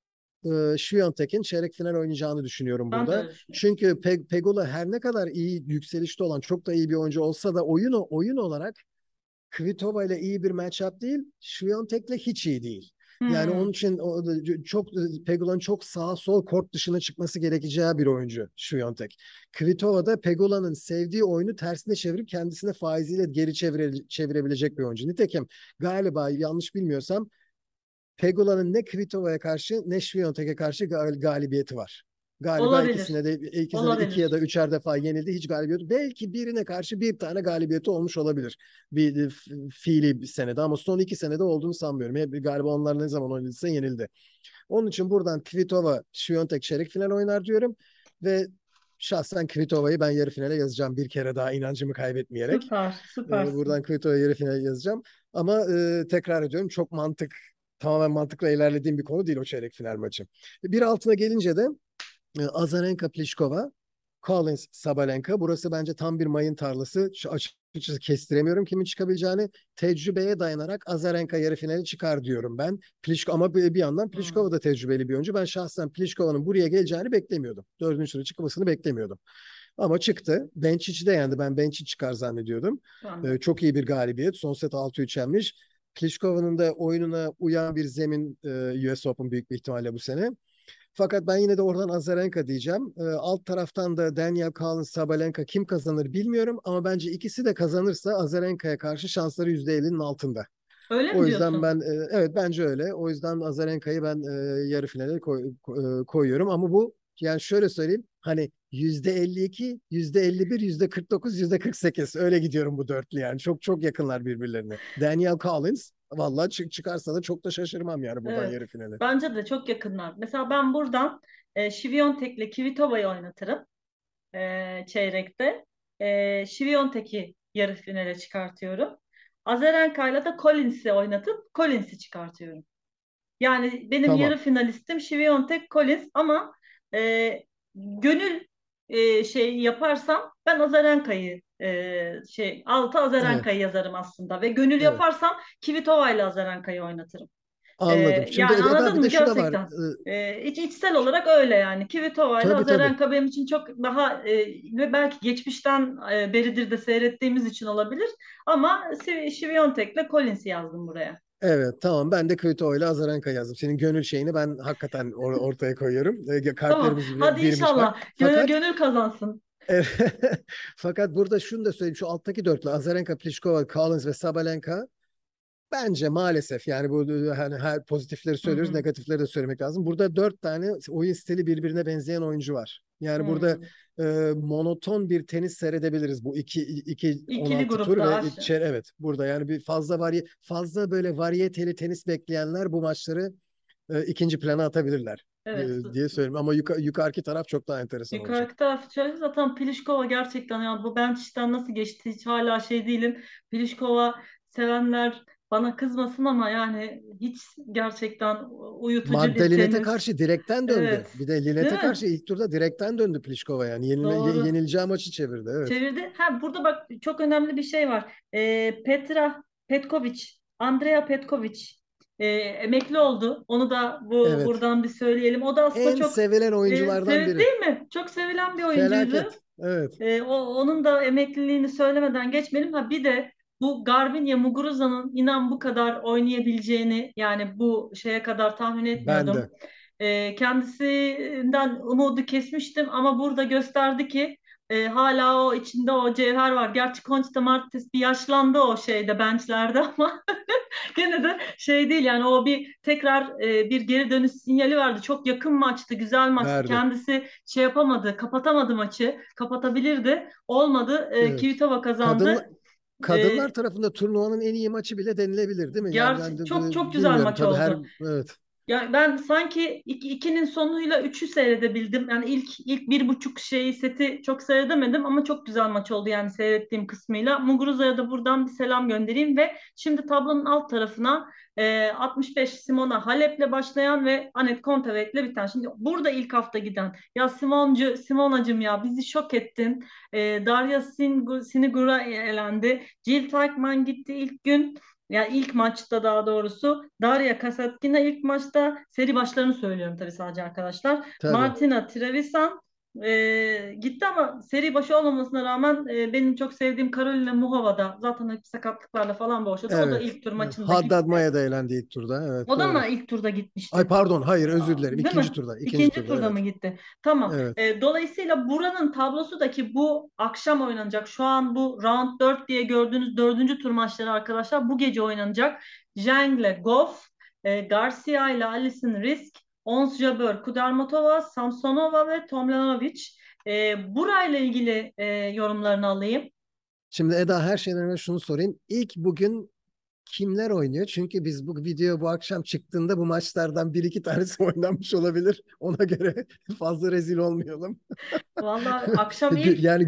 Świątek'in çeyrek final oynayacağını düşünüyorum Ben de burada. öyle düşünüyorum. Çünkü Pegula her ne kadar iyi yükselişte olan çok da iyi bir oyuncu olsa da oyun olarak Kvitova ile iyi bir matchup değil, Świątek'le hiç iyi değil. Yani onun Hmm. için çok Pegula'nın çok sağ sol kort dışına çıkması gerekeceği bir oyuncu Świątek. Kvitova da Pegula'nın sevdiği oyunu tersine çevirip kendisine faiziyle geri çevirebilecek bir oyuncu. Nitekim galiba yanlış bilmiyorsam Pegula'nın ne Kvitova'ya karşı ne Świątek'e karşı galibiyeti var. Galiba Olabilir. ikisine de iki ya Olabilir. da üçer defa yenildi. Hiç galibiyeti. Belki birine karşı bir tane galibiyeti olmuş olabilir. Bir fiili bir senede ama son 2 senede olduğunu sanmıyorum. Hep galiba onlar ne zaman oynadıysa yenildi. Onun için buradan Kvitova, Świątek çeyrek final oynar diyorum ve şahsen Kvitova'yı ben yarı finale yazacağım bir kere daha inancımı kaybetmeyerek. Süper. Buradan Süpersin. Kvitova yarı finale yazacağım. Ama tekrar ediyorum çok tamamen mantıkla ilerlediğim bir konu değil o çeyrek final maçı. Bir altına gelince de Azarenka Pliskova, Collins Sabalenka. Burası bence tam bir mayın tarlası. Açıkçası kestiremiyorum kimin çıkabileceğini. Tecrübeye dayanarak Azarenka yarı finali çıkar diyorum ben. Ama bir yandan Hmm. Pliskova da tecrübeli bir oyuncu. Ben şahsen Pliskova'nın buraya geleceğini beklemiyordum. Dördüncü tura çıkmasını beklemiyordum. Ama çıktı. Benčic'i de yendi. Ben Benčić çıkar zannediyordum. Ben de. Çok iyi bir galibiyet. Son set 6-3 yenmiş. Pliskova'nın da oyununa uyan bir zemin US Open büyük bir ihtimalle bu sene. Fakat ben yine de oradan Azarenka diyeceğim. Alt taraftan da Daniel Collins, Sabalenka kim kazanır bilmiyorum ama bence ikisi de kazanırsa Azarenka'ya karşı şansları %50'nin altında. Öyle mi O yüzden diyorsun? evet bence öyle. O yüzden Azarenka'yı ben yarı finale koyuyorum ama bu Yani şöyle söyleyeyim. Hani %52, %51, %49, %48 öyle gidiyorum bu dörtlü yani. Çok çok yakınlar birbirlerine. Daniel Collins vallahi çıkarsa da çok da şaşırmam yani buradan Evet. yarı finale. Bence de çok yakınlar. Mesela ben buradan Świątek'le Kvitova'yı oynatırım çeyrekte. Świątek'i yarı finale çıkartıyorum. Azarenka'yla da Collins'i oynatıp Collins'i çıkartıyorum. Yani benim yarı Tamam. finalistim Świątek Collins ama gönül şey yaparsam ben Azarenka'yı altı Azarenka'yı Evet. yazarım aslında ve gönül Evet. yaparsam Kvitova ile Azarenka'yı oynatırım. Ee, Anladım. Şimdi Yani Eda anladın bir mı de şu da var. gerçekten? İçsel olarak öyle yani. Kvitova ile Tabii tabii. Azarenka benim için çok daha ve belki geçmişten beridir de seyrettiğimiz için olabilir. Ama Świątek'le Collins'i yazdım buraya. Evet tamam ben de Kvitova ile Azarenka yazdım. Senin gönül şeyini ben hakikaten ortaya koyuyorum. Tamam. Kalplerimiz Hadi birmiş bak. inşallah. Gönül, Fakat gönül kazansın. fakat burada şunu da söyleyeyim. Şu alttaki dörtlü Azarenka, Pliskova, Collins ve Sabalenka bence maalesef yani bu hani her pozitifleri Hı söylüyoruz, hı. negatifleri de söylemek lazım. Burada dört tane oyun stili birbirine benzeyen oyuncu var. Yani burada Hı. monoton bir tenis seyredebiliriz bu iki İkili 16 tur grupta ve aşağı. evet burada yani bir fazla böyle variyeteli tenis bekleyenler bu maçları ikinci plana atabilirler Evet. diye söyleyeyim. Ama yukarıki taraf çok daha enteresan olacak. Yukarıki taraf şöyle zaten Pliskova gerçekten ya bu ben işten nasıl geçti hiç hala şey değilim. Pliskova sevenler bana kızmasın ama yani hiç gerçekten uyutucu bir Magdalenet'e tenis. karşı direkten döndü. Evet. Bir de Değil Linet'e karşı mi? ilk turda direkten döndü Pliskova yani. Doğru. Yenileceği maçı çevirdi. Evet. Çevirdi. Ha burada bak çok önemli bir şey var. Petra Petkovic, Andrea Petkovic emekli oldu. Onu da Evet. buradan bir söyleyelim. O da aslında En çok sevilen oyunculardan biri. değil mi? Çok sevilen bir oyuncuydu. Felaket. Evet. Onun da emekliliğini söylemeden geçmeyelim. Ha bir de bu Garbiñe Muguruza'nın inan bu kadar oynayabileceğini yani bu şeye kadar tahmin Ben etmiyordum. de. Kendisinden umudu kesmiştim ama burada gösterdi ki hala o içinde o cevher var. Gerçi Conchita Martis bir yaşlandı o şeyde benchlerde ama gene de şey değil yani o bir tekrar bir geri dönüş sinyali verdi. Çok yakın maçtı, güzel maçtı. Verdi. Kendisi şey yapamadı, kapatamadı maçı. Kapatabilirdi. Olmadı. Evet. Kvitova kazandı. Kadın, E, kadınlar tarafında turnuvanın en iyi maçı bile denilebilir değil mi? Yani ben Çok çok güzel bilmiyorum maç tabii her oldu. evet. Ya ben sanki ikinin sonuyla üçü seyredebildim. Yani ilk bir buçuk seti çok seyredemedim ama çok güzel maç oldu yani seyrettiğim kısmıyla. Muguruza'ya da buradan bir selam göndereyim ve şimdi tablonun alt tarafına 65 Simona Halep'le başlayan ve Anett Kontaveit biten. Şimdi burada ilk hafta giden ya Simonacım ya bizi şok ettin. Darya Sinigura elendi. Jill Teichmann gitti ilk gün. Yani ilk maçta daha doğrusu Daria Kasatkina ilk maçta seri başlarını söylüyorum tabii sadece arkadaşlar. Tabii. Martina Trevisan gitti ama seri başı olmamasına rağmen benim çok sevdiğim Karolina Muhova da zaten hep sakatlıklarla falan boşladı. O da Evet. ilk tur Evet. maçında Haddad gitti. Maya da elendi ilk turda. Evet O da doğru. mı ilk turda Ay gitmişti? pardon hayır özür dilerim. Değil İkinci mi? turda. İkinci İkinci turda turda mı evet. gitti? Tamam. Evet. Dolayısıyla buranın tablosu da ki bu akşam oynanacak. Şu an bu round 4 diye gördüğünüz dördüncü tur maçları arkadaşlar bu gece oynanacak. Zheng'le Goff, Garcia ile Alison Risk, Ons Jabeur, Kudermetova, Samsonova ve Tomljanovic. Burayla ilgili yorumlarını alayım. Şimdi Eda her şeyden önce şunu sorayım. İlk bugün kimler oynuyor? Çünkü biz bu video bu akşam çıktığında bu maçlardan bir iki tanesi oynanmış olabilir. Ona göre fazla rezil olmayalım. Vallahi akşam ilk Yani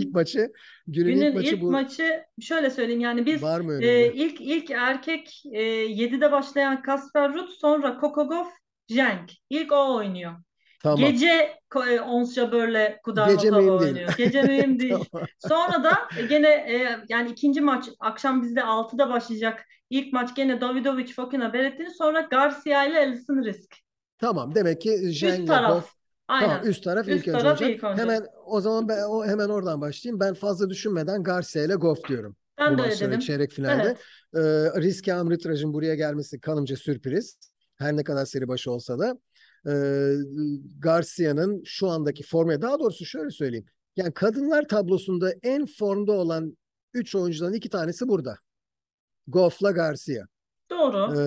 günün ilk günün maçı ilk bu maçı şöyle söyleyeyim yani biz var mı önünde? ilk erkek 7'de başlayan Kasper Ruud sonra Kokogov Cenk. İlk o oynuyor. Tamam. Gece Ons Jabeur'le Gece Kudermetova mühim değil. oynuyor. Gece mühim değil. Tamam. Sonra da gene yani ikinci maç akşam bizde 6'da başlayacak. İlk maç gene Davidovic Fokina Berrettini sonra Garcia ile Alison Risk. Tamam. Demek ki Üst Jen'le Goff taraf. tamam Aynen. üst taraf ilk Üst önce taraf olacak. ilk önce. Hemen o zaman hemen oradan başlayayım. Ben fazla düşünmeden Garcia ile Goff diyorum. Bu Ben de öyle maçta dedim. çeyrek finalde. Evet. Ee, Riske Amritraj'ın buraya gelmesi kanımca sürpriz. Her ne kadar seri başı olsa da. Garcia'nın şu andaki formu daha doğrusu şöyle söyleyeyim. Yani kadınlar tablosunda en formda olan 3 oyuncudan 2 tanesi burada. Goff'la Garcia. Doğru.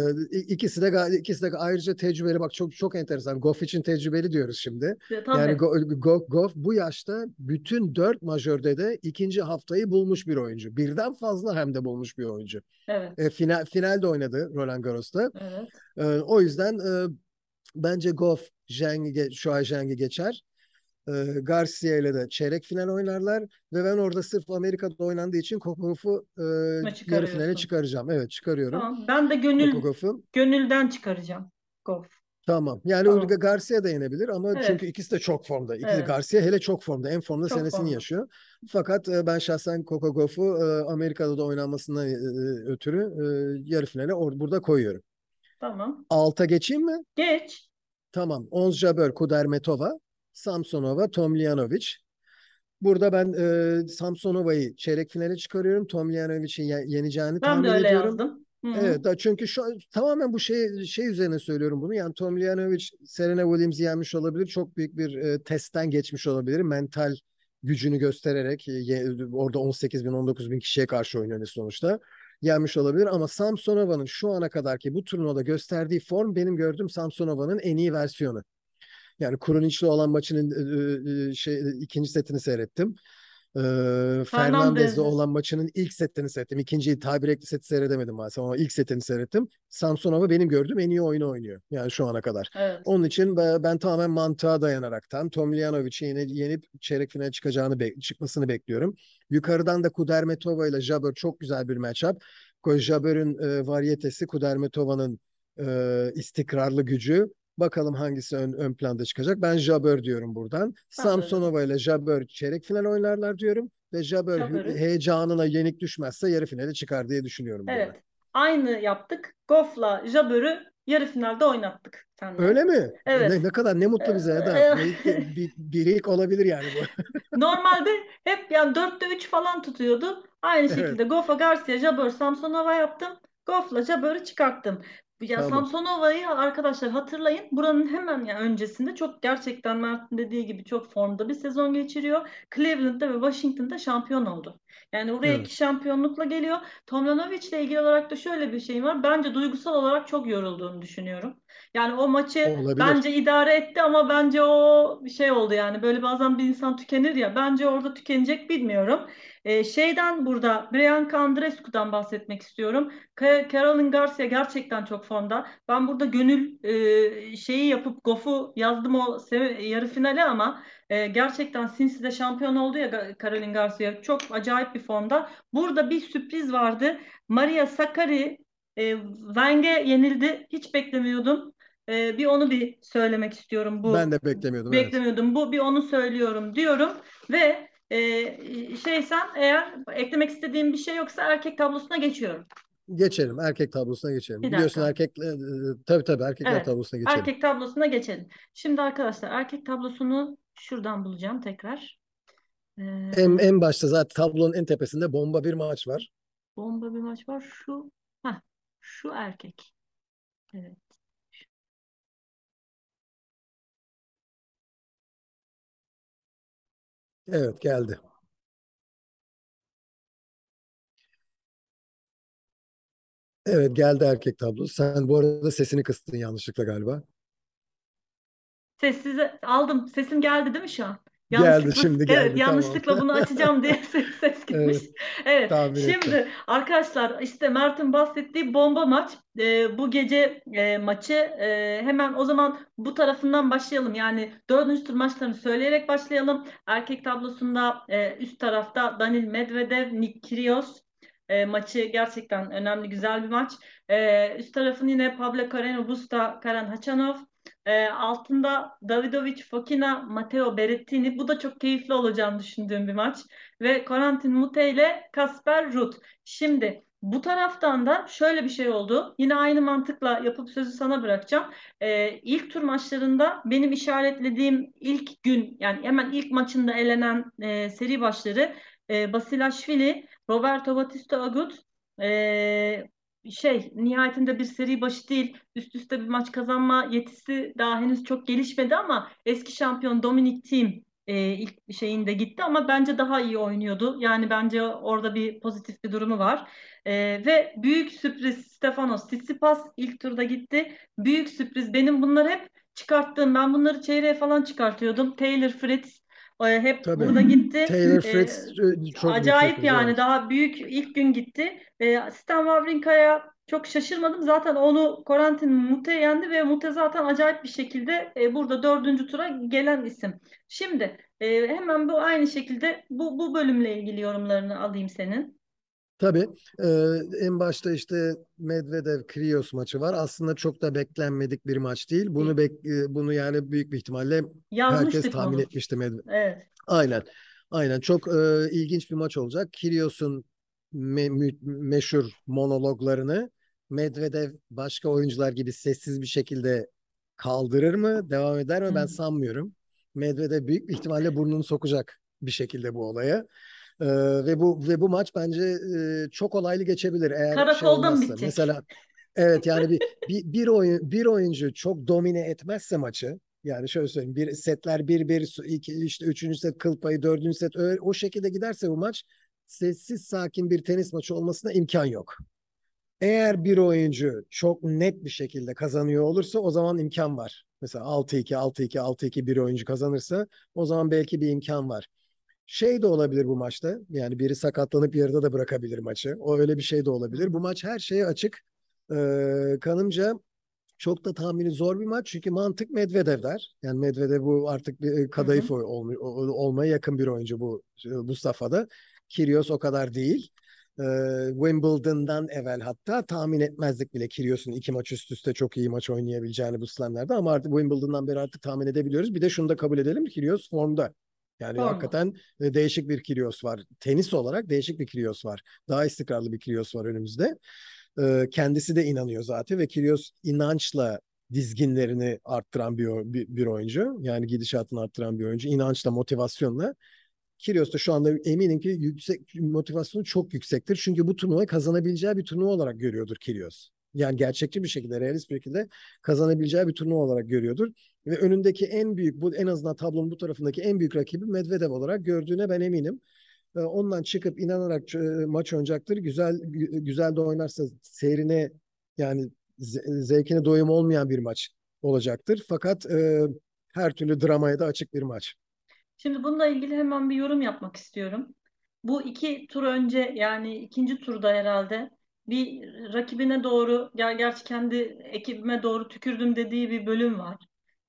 İkisi de ayrıca tecrübeli. Bak çok çok enteresan. Goff için tecrübeli diyoruz şimdi. Yani Tabii. Goff bu yaşta bütün 4 majörde de ikinci haftayı bulmuş bir oyuncu. Birden fazla hem de bulmuş bir oyuncu. Evet. Finalde oynadı Roland Garros'ta. Evet. O yüzden bence Goff şu ay Zhang'i geçer. Garcia ile de çeyrek final oynarlar ve ben orada sırf Amerika'da oynandığı için Kokogof'u Mı yarı finale çıkarıyorsun? çıkaracağım. Evet çıkarıyorum Tamam. Ben de Kokogof'u. gönülden çıkaracağım. Golf. Tamam. Yani Tamam. Garcia da yenebilir ama çünkü Evet. ikisi de çok formda. Evet. Garcia hele çok formda. En formda Çok senesini formda. yaşıyor. Fakat ben şahsen Kokogof'u Amerika'da da oynanmasından ötürü yarı finale burada koyuyorum. Tamam. Alta geçeyim mi? Geç. Tamam. Ons Jabeur, Kudermetova, Samsonova, Tomljanovic. Burada ben Samsonova'yı çeyrek finale çıkarıyorum. Tomljanovic'i yeneceğini Ben de tahmin öyle ediyorum. yazdım. Hı hı. Evet, çünkü şu tamamen bu şey üzerine söylüyorum bunu. Yani Tomljanovic Serena Williams'i yenmiş olabilir. Çok büyük bir testten geçmiş olabilir. Mental gücünü göstererek orada 18 bin 19 bin kişiye karşı oynuyor sonuçta. Yenmiş olabilir ama Samsonova'nın şu ana kadarki bu turnuvada gösterdiği form benim gördüğüm Samsonova'nın en iyi versiyonu. Yani Krunic'le olan maçının ikinci setini seyrettim. Fernandez'le Fernandez. olan maçının ilk setini seyrettim. İkinciyi tiebreak'li seti seyredemedim maalesef ama ilk setini seyrettim. Samsonova benim gördüğüm en iyi oyunu oynuyor. Yani şu ana kadar. Evet. Onun için ben tamamen mantığa dayanaraktan Tomljanovic'i yenip çeyrek finale çıkmasını bekliyorum. Yukarıdan da Kudermetova ile Jabeur çok güzel bir matchup. Jabeur'ün varyetesi, Kudermetova'nın istikrarlı gücü. Bakalım hangisi ön planda çıkacak. Ben Jabeur diyorum buradan. Ben de öyle. Samsonova ile Jabeur çeyrek final oynarlar diyorum. Ve Jabeur Jabber'ı. heyecanına yenik düşmezse yarı finale çıkar diye düşünüyorum burada. Evet. Aynı yaptık. Goff'la Jabber'ı yarı finalde oynattık Öyle seninle. mi? Evet. Ne kadar ne mutlu bize Eda. Bu bir ilk olabilir yani bu. Normalde hep yani 4'te 3 falan tutuyordu. Aynı Evet. şekilde Goff'a Garcia, Jabeur, Samsonova yaptım. Goff'la Jabeur'ü çıkarttım. Ya Tamam. Samsonova'yı arkadaşlar hatırlayın. Buranın hemen ya öncesinde çok gerçekten Mert'in dediği gibi çok formda bir sezon geçiriyor. Cleveland'da ve Washington'da şampiyon oldu. Yani oraya Evet. 2 şampiyonlukla geliyor. Tomljanovic ile ilgili olarak da şöyle bir şey var. Bence duygusal olarak çok yorulduğunu düşünüyorum. Yani o maçı Olabilir. bence idare etti ama bence o bir şey oldu yani. Böyle bazen bir insan tükenir ya. Bence orada tükenecek bilmiyorum. Şeyden burada Bianca Andreescu'dan bahsetmek istiyorum. Caroline Garcia gerçekten çok formda. Ben burada gönül şeyi yapıp Goff'u yazdım o yarı finale ama gerçekten Cincy'de şampiyon oldu ya Caroline Garcia. Çok acayip bir formda. Burada bir sürpriz vardı. Maria Sakkari Wang'e yenildi. Hiç beklemiyordum. Bir söylemek istiyorum Ben bu. de beklemiyordum. Evet. Beklemiyordum. Bir onu söylüyorum diyorum ve sen eğer eklemek istediğim bir şey yoksa erkek tablosuna geçiyorum. Geçelim. Erkek tablosuna geçelim. Bir Biliyorsun dakika. tabii erkekler Evet. tablosuna geçelim. Erkek tablosuna geçelim. Şimdi arkadaşlar erkek tablosunu şuradan bulacağım tekrar. Ee, En başta zaten tablonun en tepesinde bomba bir maç var. bomba bir maç var. Şu erkek. Evet. Evet geldi. Evet geldi erkek tablosu. Sen bu arada sesini kıstın yanlışlıkla galiba. Sessize aldım. Sesim geldi değil mi şu an? Geldi Yanlışlıkla şimdi evet geldi tamam. yanlışlıkla bunu açacağım diye ses gitmiş. Evet Evet tahmin ettim. şimdi arkadaşlar işte Mert'in bahsettiği bomba maç bu gece maçı hemen o zaman bu tarafından başlayalım. Yani dördüncü tur maçlarını söyleyerek başlayalım. Erkek tablosunda üst tarafta Danil Medvedev, Nick Kyrgios. Maçı gerçekten önemli güzel bir maç. Üst tarafın yine Pablo Carreno Busta, Karen Khachanov. Altında Davidovic, Fokina, Matteo Berrettini. Bu da çok keyifli olacağını düşündüğüm bir maç. Ve Corentin Mute ile Kasper Ruud. Şimdi bu taraftan da şöyle bir şey oldu. Yine aynı mantıkla yapıp sözü sana bırakacağım. İlk tur maçlarında benim işaretlediğim ilk gün yani hemen ilk maçında elenen seri başları Basilashvili, Roberto Bautista Agut, nihayetinde bir seri başı değil üst üste bir maç kazanma yetisi daha henüz çok gelişmedi ama eski şampiyon Dominic Thiem ilk şeyinde gitti ama bence daha iyi oynuyordu. Yani bence orada bir pozitif bir durumu var. Ve büyük sürpriz Stefanos Tsitsipas ilk turda gitti. Büyük sürpriz. Benim bunlar hep çıkarttığım. Ben bunları çeyreğe falan çıkartıyordum. Taylor Fritz hep Tabii. burada gitti. Taylor Fritz çok büyük Acayip sürpriz, yani evet. daha büyük ilk gün gitti. Stan Wawrinka'ya çok şaşırmadım. Zaten onu Corentin Mute yendi ve Mute zaten acayip bir şekilde burada dördüncü tura gelen isim. Şimdi hemen bu aynı şekilde bu bölümle ilgili yorumlarını alayım senin. Tabii. En başta işte Medvedev Kyrgios maçı var. Aslında çok da beklenmedik bir maç değil. Değil. Bunu yani büyük bir ihtimalle herkes Yazmıştık tahmin onu. etmişti Medvedev. Evet. Aynen. Aynen. Çok ilginç bir maç olacak. Kyrgios'un meşhur monologlarını Medvedev başka oyuncular gibi sessiz bir şekilde kaldırır mı, devam eder mi, ben Hı. sanmıyorum. Medvedev büyük bir ihtimalle burnunu sokacak bir şekilde bu olaya. Ee, ve bu maç bence çok olaylı geçebilir eğer şey Karakolda mı olmazsa. bitecek? Mesela evet, yani bir oyuncu çok domine etmezse maçı, yani şöyle söyleyeyim, bir setler 1-1, iki, işte üçüncü set kıl payı, dördüncü set öyle, o şekilde giderse bu maç sessiz sakin bir tenis maçı olmasına imkan yok. Eğer bir oyuncu çok net bir şekilde kazanıyor olursa o zaman imkan var. Mesela 6-2, 6-2, 6-2 bir oyuncu kazanırsa o zaman belki bir imkan var. Şey de olabilir bu maçta. Yani biri sakatlanıp yarıda da bırakabilir maçı. O öyle bir şey de Hı. olabilir. Bu maç her şeye açık. Kanımca çok da tahmini zor bir maç. Çünkü mantık Medvedev der. Yani Medvedev bu artık bir Hı hı. kadayıf olmaya yakın bir oyuncu bu safhada. Kyrgios o kadar değil. Wimbledon'dan evvel hatta tahmin etmezdik bile Kyrgios'un iki maç üst üste çok iyi maç oynayabileceğini bu slamlerde, ama artık Wimbledon'dan beri artık tahmin edebiliyoruz. Bir de şunu da kabul edelim, Kyrgios formda. Yani Sorma. hakikaten değişik bir Kyrgios var. Tenis olarak değişik bir Kyrgios var. Daha istikrarlı bir Kyrgios var önümüzde. Kendisi de inanıyor zaten ve Kyrgios inançla dizginlerini arttıran bir oyuncu. Yani gidişatını arttıran bir oyuncu. İnançla, motivasyonla. Kyrgios da şu anda eminim ki motivasyonu çok yüksektir. Çünkü bu turnuvayı kazanabileceği bir turnuva olarak görüyordur Kyrgios. Yani gerçekçi bir şekilde, realist bir şekilde kazanabileceği bir turnuva olarak görüyordur. Ve önündeki en büyük, bu en azından tablonun bu tarafındaki en büyük rakibi Medvedev olarak gördüğüne ben eminim. Ondan çıkıp inanarak maç oynayacaktır. Güzel de oynarsa seyrine, yani zevkine doyum olmayan bir maç olacaktır. Fakat her türlü dramaya da açık bir maç. Şimdi bununla ilgili hemen bir yorum yapmak istiyorum. Bu iki tur önce yani ikinci turda herhalde bir rakibine doğru gerçi kendi ekibime doğru tükürdüm dediği bir bölüm var.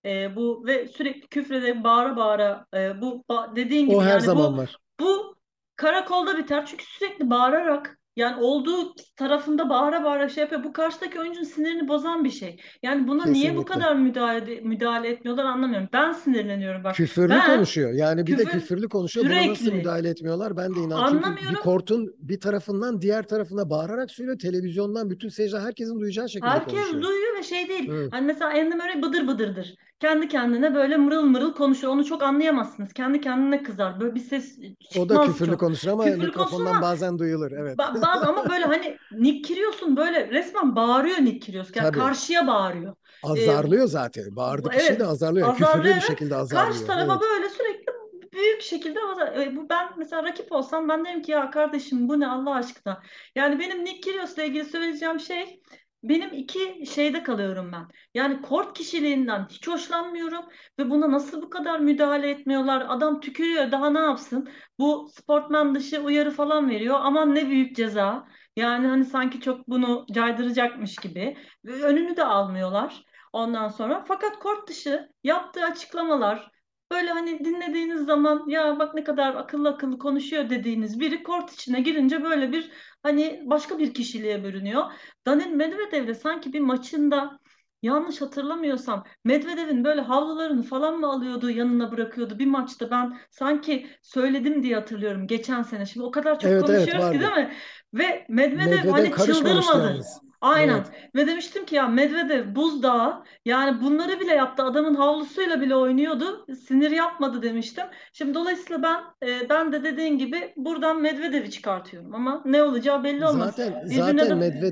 Bu ve sürekli küfrede bağıra bağıra dediğin O gibi her yani zaman var. bu karakolda biter çünkü sürekli bağırarak yani olduğu tarafında bağıra bağıra şey yapıyor. Bu karşıdaki oyuncunun sinirini bozan bir şey. Yani buna niye bu Kesinlikle. kadar müdahale etmiyorlar anlamıyorum. Ben sinirleniyorum bak. Küfürlü Ben konuşuyor. Yani bir de küfür küfürlü konuşuyor. Buna nasıl sürekli müdahale etmiyorlar? Ben de inan. Çünkü bir anlamıyorum. kortun bir tarafından diğer tarafına bağırarak söylüyor. Televizyondan bütün seyirciler, herkesin duyacağı şekilde Herkes konuşuyor. duyuyor ve şey değil. Evet. Hani mesela Andy Murray bıdır bıdırdır. Kendi kendine böyle mırıl mırıl konuşuyor. Onu çok anlayamazsınız. Kendi kendine kızar. Böyle bir ses O da çıkmaz küfürlü çok. konuşur ama Küfür konuşsun mikrofondan ama bazen duyulur. Evet. bazı ama böyle hani Nick Kyrgios'un böyle resmen bağırıyor Nick Kyrgios. Yani Tabii. karşıya bağırıyor. Azarlıyor zaten. Bağırdığı kişiyi de Evet, azarlıyor. Yani küfürlü bir azarlayarak şekilde karşı azarlıyor. tarafa Evet. böyle sürekli büyük şekilde bu ben mesela rakip olsam ben derim ki ya kardeşim bu ne Allah aşkına. Yani benim Nick Kyrgios'la ilgili söyleyeceğim şey benim iki şeyde kalıyorum ben. Yani kort kişiliğinden hiç hoşlanmıyorum ve buna nasıl bu kadar müdahale etmiyorlar? Adam tükürüyor daha ne yapsın? Bu sportman dışı uyarı falan veriyor. Aman ne büyük ceza. Yani hani sanki çok bunu caydıracakmış gibi. Ve önünü de almıyorlar. Ondan sonra fakat kort dışı yaptığı açıklamalar böyle hani dinlediğiniz zaman ya bak ne kadar akıllı akıllı konuşuyor dediğiniz biri kort içine girince böyle bir hani başka bir kişiliğe bürünüyor. Daniil Medvedev'le sanki bir maçında yanlış hatırlamıyorsam Medvedev'in böyle havlularını falan mı alıyordu yanına bırakıyordu bir maçta ben sanki söyledim diye hatırlıyorum geçen sene. Şimdi o kadar çok Evet, evet, konuşuyoruz ki değil vardı. mi? Ve Medvedev Medvedev hani karışmamıştı çıldırmadı. yalnız. Aynen. Evet. Ve demiştim ki ya Medvedev buzdağı yani bunları bile yaptı. Adamın havlusuyla bile oynuyordu. Sinir yapmadı demiştim. Şimdi dolayısıyla ben de dediğin gibi buradan Medvedev'i çıkartıyorum ama ne olacağı belli olmaz. Zaten Birbirine de zaten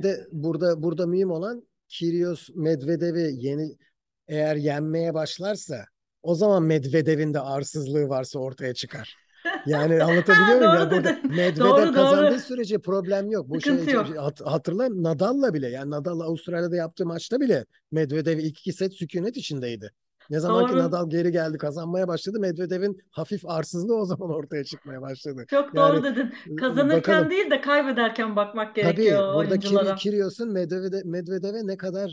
burada mühim olan Kyrgios Medvedev'i eğer yenmeye başlarsa O zaman Medvedev'in de arsızlığı varsa ortaya çıkar. Yani anlatabiliyor Ha, muyum? doğru Yani burada dedin. Medvedev Doğru doğru. kazandığı sürece problem yok. Bu Sıkıntı yok. hatırla, Nadal'la bile, yani Nadal Avustralya'da yaptığı maçta bile Medvedev ilk iki set sükunet içindeydi. Ne zaman ki Doğru. Nadal geri geldi, kazanmaya başladı, Medvedev'in hafif arsızlığı o zaman ortaya çıkmaya başladı. Çok doğru Yani dedin. Kazanırken bakalım. değil de kaybederken bakmak Tabii gerekiyor burada oyunculara. Kyrgios'un Medvedev'e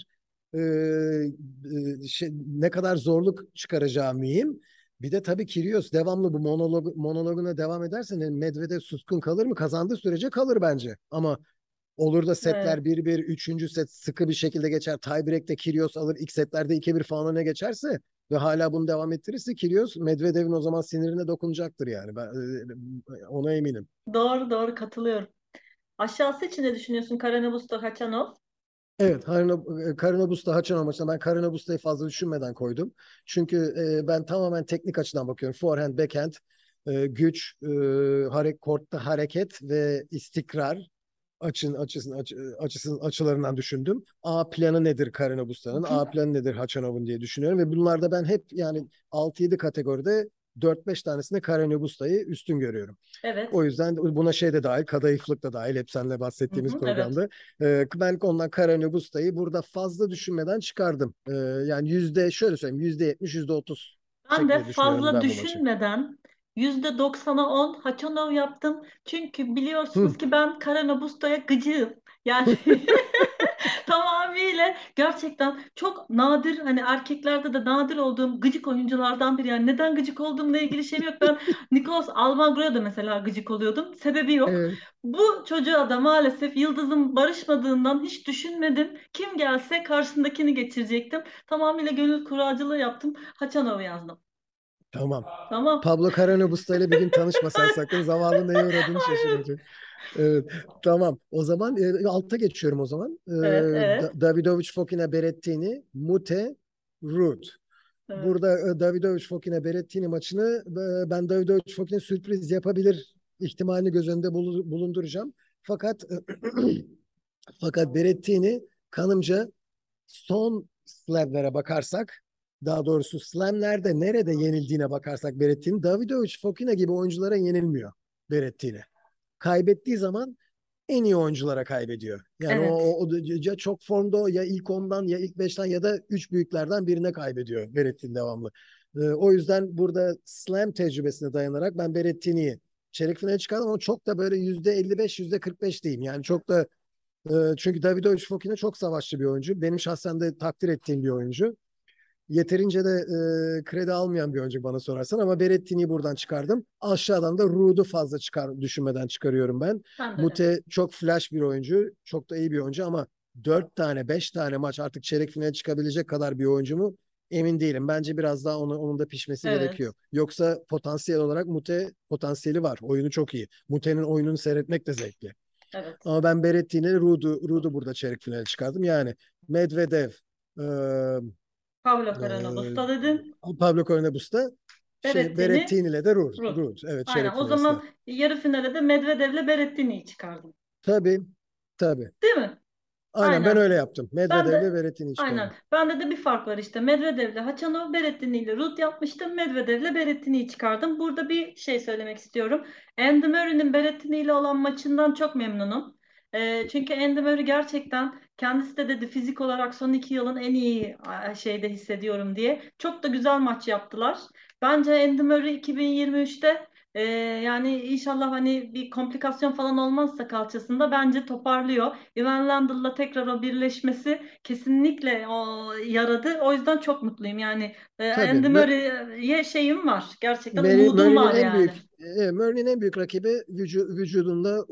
ne kadar zorluk çıkaracağı mühim. Bir de tabii Kyrgios devamlı bu monologuna devam ederse Medvedev suskun kalır mı? Kazandığı sürece kalır bence. Ama olur da Evet. setler 1-1, üçüncü set sıkı bir şekilde geçer. Tiebreak'te Kyrgios alır. İlk setlerde 2-1 falan ne geçerse ve hala bunu devam ettirirse Kyrgios Medvedev'in o zaman sinirine dokunacaktır yani. Ben ona eminim. Doğru doğru katılıyorum. Aşağısı için ne düşünüyorsun? Karena Busta Haçanov. Evet, Karina Busta Haçanov maçına ben Karina Busta'yı fazla düşünmeden koydum. Çünkü ben tamamen teknik açıdan bakıyorum. Forehand, backhand, güç, kortta hareket ve istikrar açılarından düşündüm. A planı nedir Karina Hı Busta'nın? hı. A planı nedir Haçanov'un diye düşünüyorum ve bunlarda ben hep yani 6-7 kategoride 4-5 tanesinde Karina Busta'yı üstün görüyorum. O Evet. yüzden buna şey de dahil, kadayıflık da dahil hep seninle Hı bahsettiğimiz hı. Evet. programda. Ben ondan Karanobusta'yı burada fazla düşünmeden çıkardım. Yani şöyle söyleyeyim, %70, %30 Ben de şeklinde düşünüyorum fazla ben bu maçı. düşünmeden %90'a 10 Haçanov yaptım. Çünkü Hı, biliyorsunuz ki ben Karena Busta'ya gıcığım. Yani tamamıyla gerçekten çok nadir, hani erkeklerde de nadir olduğum gıcık oyunculardan biri. Yani neden gıcık olduğumla ilgili şeyim yok. Ben Nicolas Almagro'ya da mesela gıcık oluyordum. Sebebi yok. evet. Bu çocuğa da maalesef yıldızım barışmadığından hiç düşünmedim. Kim gelse karşısındakini geçirecektim. Tamamıyla gönül kuracılığı yaptım. Haçanov'u yazdım. Tamam. Tamam. Pablo Carreño ile bir gün tanışmasan sakın, zavallı neye uğradığını Aynen. şaşıracak. Evet, tamam. O zaman altta geçiyorum o zaman. Evet, evet. Davidovic, Fokina, Berrettini, Mute, Ruud. Evet. Burada Davidovic, Fokina, Berrettini maçını ben Davidovic, Fokina sürpriz yapabilir ihtimalini göz önünde bulunduracağım. Fakat fakat Berrettini kanımca son slamlere bakarsak, daha doğrusu slamlerde nerede yenildiğine bakarsak Berrettini, Davidovic, Fokina gibi oyunculara yenilmiyor Berrettini. Kaybettiği zaman en iyi oyunculara kaybediyor. Yani Evet. ya çok formda, ya ilk ondan, ya ilk beşten, ya da üç büyüklerden birine kaybediyor Berrettini devamlı. O yüzden burada slam tecrübesine dayanarak ben Berrettini'yi çeyrek finale çıkardım ama çok da böyle %55, %45 diyeyim. Yani çok da çünkü Davidovic Fokina çok savaşçı bir oyuncu. Benim şahsen de takdir ettiğim bir oyuncu. Yeterince de kredi almayan bir oyuncu bana sorarsan, ama Berrettini'yi buradan çıkardım. Aşağıdan da Ruud'u fazla düşünmeden çıkarıyorum ben. Ben de öyle. Mute çok flash bir oyuncu. Çok da iyi bir oyuncu ama 4 tane 5 tane maç artık çeyrek finale çıkabilecek kadar bir oyuncu mu? Emin değilim. Bence biraz daha onun da pişmesi gerekiyor. Evet. Yoksa potansiyel olarak Mute potansiyeli var. Oyunu çok iyi. Mute'nin oyununu seyretmek de zevkli. Evet. Ama ben Berrettini, Ruud'u burada çeyrek finale çıkardım. Yani Medvedev, e, Pablo Carreno Busta dedin. Pablo Cornebus'ta, Berrettini, Berrettini ile de Ruud. Ruud. Evet, Aynen. çeyrek O finalistler. zaman yarı finale de Medvedev'le Berrettini'yi çıkardım. Tabii, tabii. Değil mi? Aynen ben Aynen. öyle yaptım. Ben Medvedev'le de Berrettini'yi aynen. çıkardım. Bende de bir fark var işte. Medvedev'le Haçanov, Berrettini Ruud yapmıştım. Medvedev'le Berrettini'yi çıkardım. Burada bir şey söylemek istiyorum. Andy Murray'nin Berrettini ile olan maçından çok memnunum. Çünkü Andy Murray gerçekten kendisi de dedi fizik olarak son 2 yılın en iyi şeyde hissediyorum diye. Çok da güzel maç yaptılar. Bence Andy Murray 2023'te yani inşallah hani bir komplikasyon falan olmazsa kalçasında bence toparlıyor. Ivan Lendl'la tekrar o birleşmesi kesinlikle o yaradı. O yüzden çok mutluyum. Yani Tabii. Andy Murray'e şeyim var. Gerçekten umudum Murray'nin var en yani. büyük Murray'nin en büyük rakibi vücudunda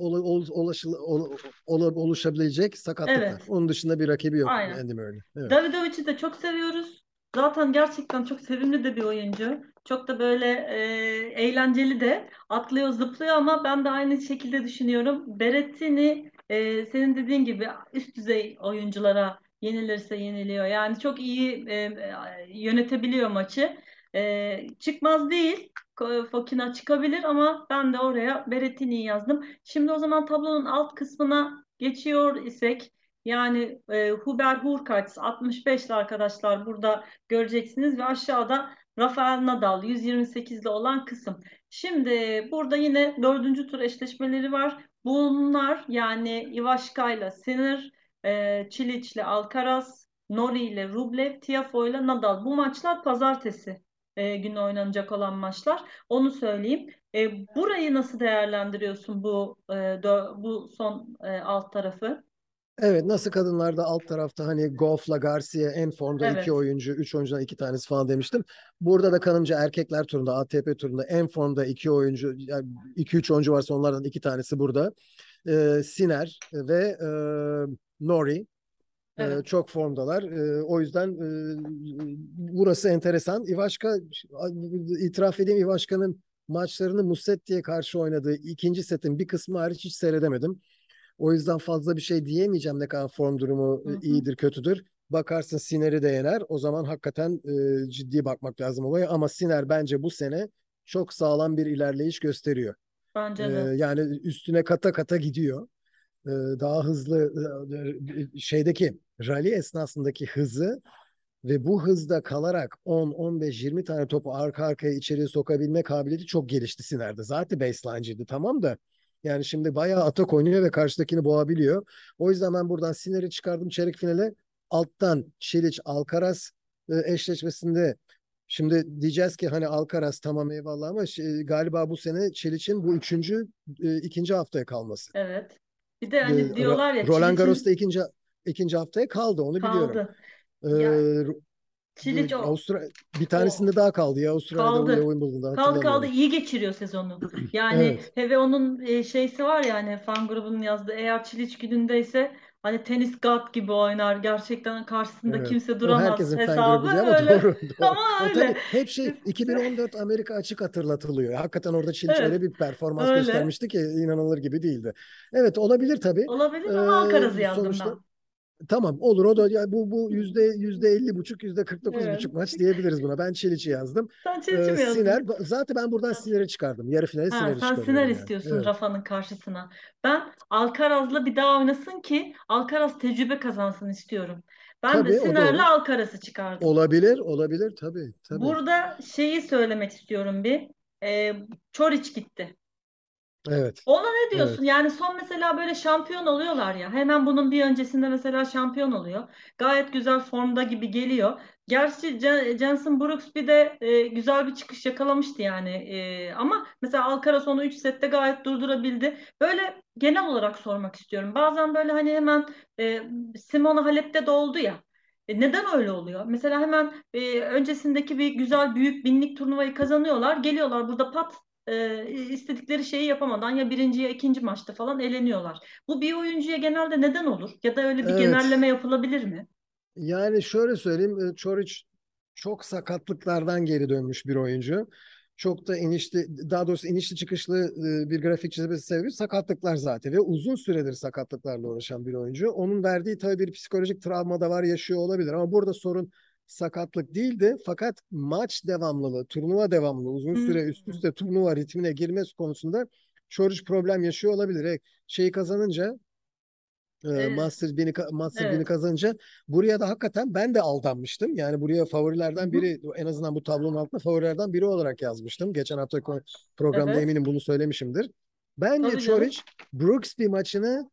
oluşabilecek sakatlıklar. Evet. Onun dışında bir rakibi yok Aynen. Andy Murray'nin. Evet. Davidovic'i de çok seviyoruz. Zaten gerçekten çok sevimli de bir oyuncu. Çok da böyle eğlenceli de atlıyor, zıplıyor ama ben de aynı şekilde düşünüyorum. Berrettini senin dediğin gibi üst düzey oyunculara yenilirse yeniliyor. Yani çok iyi yönetebiliyor maçı. Çıkmaz değil. Fokina çıkabilir ama ben de oraya Berrettini'yi yazdım. Şimdi o zaman tablonun alt kısmına geçiyor isek yani Huber Hurkacz 65'li arkadaşlar burada göreceksiniz ve aşağıda Rafael Nadal 128'de olan kısım. Şimdi burada yine dördüncü tur eşleşmeleri var. Bunlar yani Ivaşka ile Sinner, Cilic ile Alcaraz, Nori ile Rublev, Tiafoe ile Nadal. Bu maçlar pazartesi günü oynanacak olan maçlar. Onu söyleyeyim. Burayı nasıl değerlendiriyorsun bu son alt tarafı? Evet, nasıl kadınlarda alt tarafta hani Goff'la Garcia en formda iki Evet, oyuncu, üç oyuncudan iki tanesi falan demiştim. Burada da kanımca erkekler turunda, ATP turunda en formda iki oyuncu, yani iki üç oyuncu varsa onlardan iki tanesi burada. Sinner ve Nori evet. çok formdalar. O yüzden burası enteresan. Ivaşka, itiraf edeyim, Ivaşka'nın maçlarını Musetti'ye karşı oynadığı ikinci setin bir kısmı hariç hiç seyredemedim. O yüzden fazla bir şey diyemeyeceğim ne kadar form durumu Hı hı. iyidir kötüdür. Bakarsın Siner'i de yener. O zaman hakikaten ciddi bakmak lazım olaya. Ama Siner bence bu sene çok sağlam bir ilerleyiş gösteriyor. Bence de. Yani üstüne kata kata gidiyor. Daha hızlı şeydeki rally esnasındaki hızı ve bu hızda kalarak 10, 15, 20 tane topu arka arkaya içeriye sokabilme kabiliyeti çok gelişti Siner'de. Zaten baseline'ciydi, tamam da yani şimdi bayağı atak oynuyor ve karşıdakini boğabiliyor. O yüzden ben buradan Siner'i çıkardım çeyrek finale. Alttan Çiliç Alcaraz eşleşmesinde, şimdi diyeceğiz ki hani Alcaraz tamam eyvallah ama galiba bu sene Çiliç'in bu ikinci haftaya kalması. Evet. Bir de hani diyorlar ya Roland Garros'ta Çiliç'in ikinci haftaya kaldı, onu biliyorum. kaldı. Ee, Ya Çiliç Bir o tanesinde daha kaldı ya, Avustralya'da veya kaldı. Wimbledon'da, Kaldı hatırlamıyorum. iyi geçiriyor sezonu. Yani Evet, ve onun şeysi var ya hani fan grubunun yazdığı eğer Çiliç günündeyse hani tenis god gibi oynar. Gerçekten karşısında evet. kimse O duramaz herkesin fan hesabı grubu diyor ama öyle. doğru, doğru. Ama O tabii öyle. hep şey 2014 Amerika açık hatırlatılıyor. Hakikaten orada Çiliç öyle Evet. bir performans Öyle. göstermişti ki inanılır gibi değildi. Evet, olabilir tabii. Olabilir ama Alcaraz'ı yazdım Sonuçta ben. tamam, olur, o da ya, bu yüzde 50,5, %49,5 Evet. maç diyebiliriz buna. Ben Çiliç'i yazdım. Sen Çiliç'i mi Sinner, yazdın? zaten ben buradan Sinner'i çıkardım. Yarı finale Ha, Sinner'i sen Sinner çıkarıyorum yani. istiyorsun Evet. Rafa'nın karşısına. Ben Alcaraz'la bir daha oynasın ki Alcaraz tecrübe kazansın istiyorum. Ben de Tabii, o da Sinner'le olur. Alcaraz'ı çıkardım. Olabilir, olabilir tabii, tabii. Burada şeyi söylemek istiyorum bir. Ee, Çoric gitti. Evet, Ona ne diyorsun? evet. Yani son mesela böyle şampiyon oluyorlar ya. Hemen bunun bir öncesinde mesela şampiyon oluyor. Gayet güzel formda gibi geliyor. Gerçi Jenson Brooks bir de güzel bir çıkış yakalamıştı yani. Ama mesela Alcaraz onu 3 sette gayet durdurabildi. Böyle genel olarak sormak istiyorum. Bazen böyle hani hemen Simona Halep'te de oldu ya. Neden öyle oluyor? Mesela hemen öncesindeki bir güzel büyük binlik turnuvayı kazanıyorlar. Geliyorlar burada pat istedikleri şeyi yapamadan ya birinci ya ikinci maçta falan eleniyorlar. Bu bir oyuncuya genelde neden olur? Ya da öyle bir Evet. genelleme yapılabilir mi? Yani şöyle söyleyeyim, Çoric çok sakatlıklardan geri dönmüş bir oyuncu. Çok da daha doğrusu inişli çıkışlı bir grafik çizmesi sebebi sakatlıklar zaten ve uzun süredir sakatlıklarla uğraşan bir oyuncu. Onun verdiği tabii bir psikolojik travma da var, yaşıyor olabilir ama burada sorun sakatlık değildi. Fakat maç devamlılığı, turnuva devamlılığı, uzun süre üst Hmm. üste turnuva ritmine girmesi konusunda Çoric problem yaşıyor olabilir. Şeyi kazanınca, E, Master 1000'i evet. kazanınca buraya da hakikaten ben de aldanmıştım. Yani buraya Hı favorilerden hı. biri, en azından bu tablonun altında favorilerden biri olarak yazmıştım. Geçen hafta programda Evet. eminim bunu söylemişimdir. Bence Tabii canım. Çoric Brooksby maçını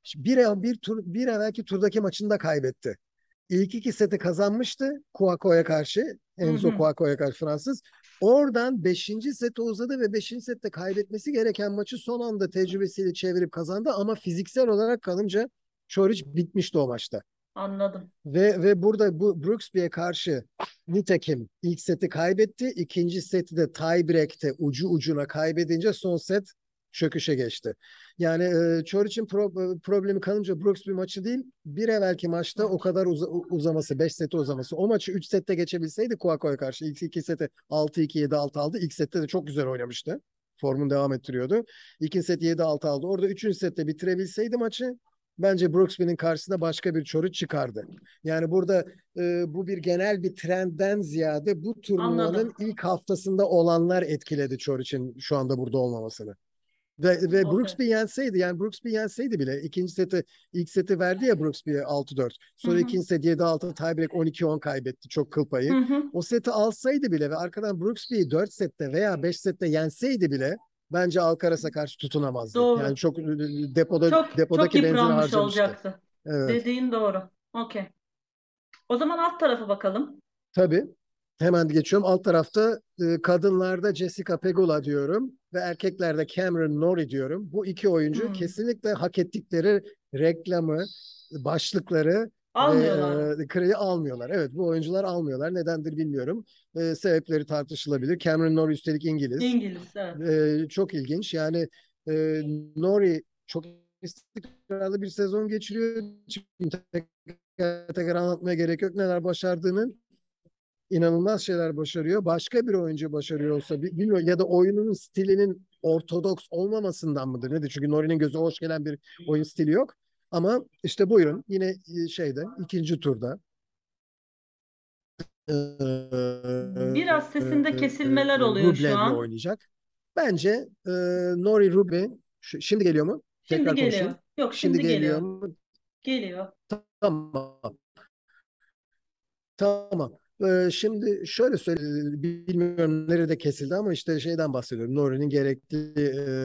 bir evvelki turdaki maçında kaybetti. İlk iki seti kazanmıştı Kouako'ya karşı. Hı Enzo hı. Kouako'ya karşı, Fransız. Oradan beşinci sete uzadı ve beşinci sette kaybetmesi gereken maçı son anda tecrübesiyle çevirip kazandı. Ama fiziksel olarak kalınca Çoric bitmişti o maçta. Anladım. Ve burada bu Brooksby'ye karşı nitekim ilk seti kaybetti. İkinci seti de tiebreak'te ucu ucuna kaybedince son set çöküşe geçti. Yani Çoriç'in problemi kalınca Brooksby maçı değil, bir evvelki maçta o Maç. kadar uzaması, 5 seti uzaması. O maçı 3 sette geçebilseydi Kouako'ya karşı ilk iki seti 6-2, 7-6 aldı. İlk sette de çok güzel oynamıştı. Formunu devam ettiriyordu. İkinci set 7-6 aldı. Orada üçüncü sette bitirebilseydi maçı, bence Brooksby'nin karşısında başka bir Çoriç çıkardı. Yani burada bu bir genel bir trendden ziyade bu turnuvanın Anladım. ilk haftasında olanlar etkiledi Çoriç'in şu anda burada olmamasını. Ve Okey. Brooksby yenseydi, yani Brooksby yenseydi bile ikinci seti, ilk seti verdi ya Brooksby'ye 6-4. Hı Sonra hı. ikinci set 7-6 tiebreak 12-10 kaybetti. Çok kıl Hı payı. hı. O seti alsaydı bile ve arkadan Brooksby'yi 4 sette veya 5 sette yenseydi bile bence Alcaraz'a karşı tutunamazdı. Yani Doğru. çok Çok depodaki benzini yıpranmış harcamıştı. olacaktı. Evet. Dediğin doğru. Okey. O zaman alt tarafa bakalım. Tabii. Hemen geçiyorum. Alt tarafta kadınlarda Jessica Pegula diyorum ve erkeklerde Cameron Norrie diyorum. Bu iki oyuncu Hmm. kesinlikle hak ettikleri reklamı, başlıkları ve Almıyorlar mı? kredi almıyorlar. Evet, bu oyuncular almıyorlar. Nedendir bilmiyorum. Sebepleri tartışılabilir. Cameron Norrie üstelik İngiliz. İngiliz, evet. Çok ilginç. Yani e, Norrie çok istikrarlı bir sezon geçiriyor. Şimdi tekrar anlatmaya gerek yok neler başardığını, inanılmaz şeyler başarıyor. Başka bir oyuncu başarıyor olsa bilmiyorum, ya da oyunun stilinin ortodoks olmamasından mıdır nedir? Çünkü Nori'nin gözü hoş gelen bir oyun stili yok. Ama işte buyurun yine şeyde ikinci turda Biraz sesinde kesilmeler oluyor şu Rublev'le an. oynayacak. Bence Nori Rublev şimdi geliyor mu? Şimdi Tekrar geliyor. konuşayım. Yok, Şimdi şimdi geliyor geliyor. mu? Geliyor. Tamam. Tamam. Şimdi şöyle söyleyeyim, bilmiyorum nerede kesildi ama işte şeyden bahsediyorum. Nuri'nin gerekli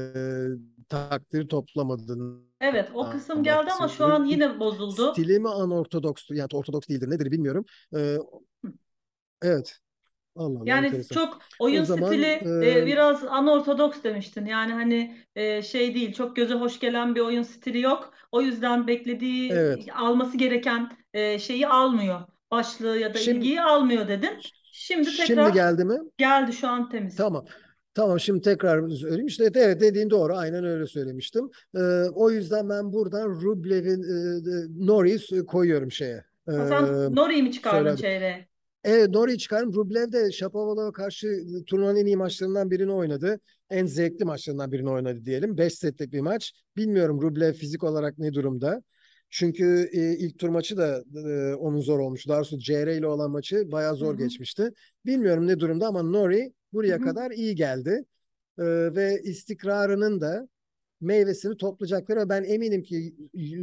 takdiri toplamadığından Evet, o kısım geldi ama şu an bahsediyorum. yine bozuldu. Stili mi anortodokstu? Yani ortodoks değildir. Nedir bilmiyorum. Ee, evet. Allah Allah, Yani enteresan. çok O oyun zaman stili biraz anortodoks demiştin. Yani hani şey değil, çok göze hoş gelen bir oyun stili yok. O yüzden beklediği, evet. alması gereken şeyi almıyor. Başlığı ya da Şimdi ilgiyi almıyor dedin. Şimdi şimdi tekrar geldi mi? geldi, şu an temiz. Tamam. Tamam, şimdi tekrar söyleyeyim. İşte evet, dediğin doğru. Aynen öyle söylemiştim. O yüzden ben buradan Rublev'in Norris koyuyorum şeye. Ha, sen Nori'yi mi Söyle çıkardın hadi. çeyreğe? Evet, Norris'i çıkarım. Rublev de Shapovalov'a karşı turnuvanın en iyi maçlarından birini oynadı. En zevkli maçlarından birini oynadı diyelim. 5 setlik bir maç. Bilmiyorum Rublev fizik olarak ne durumda. Çünkü ilk tur maçı da onun zor olmuş. Daha doğrusu CR ile olan maçı bayağı Hı zor hı. geçmişti. Bilmiyorum ne durumda ama Norrie Hı buraya hı. kadar iyi geldi. Ve istikrarının da meyvesini toplayacaklar. Ve ben eminim ki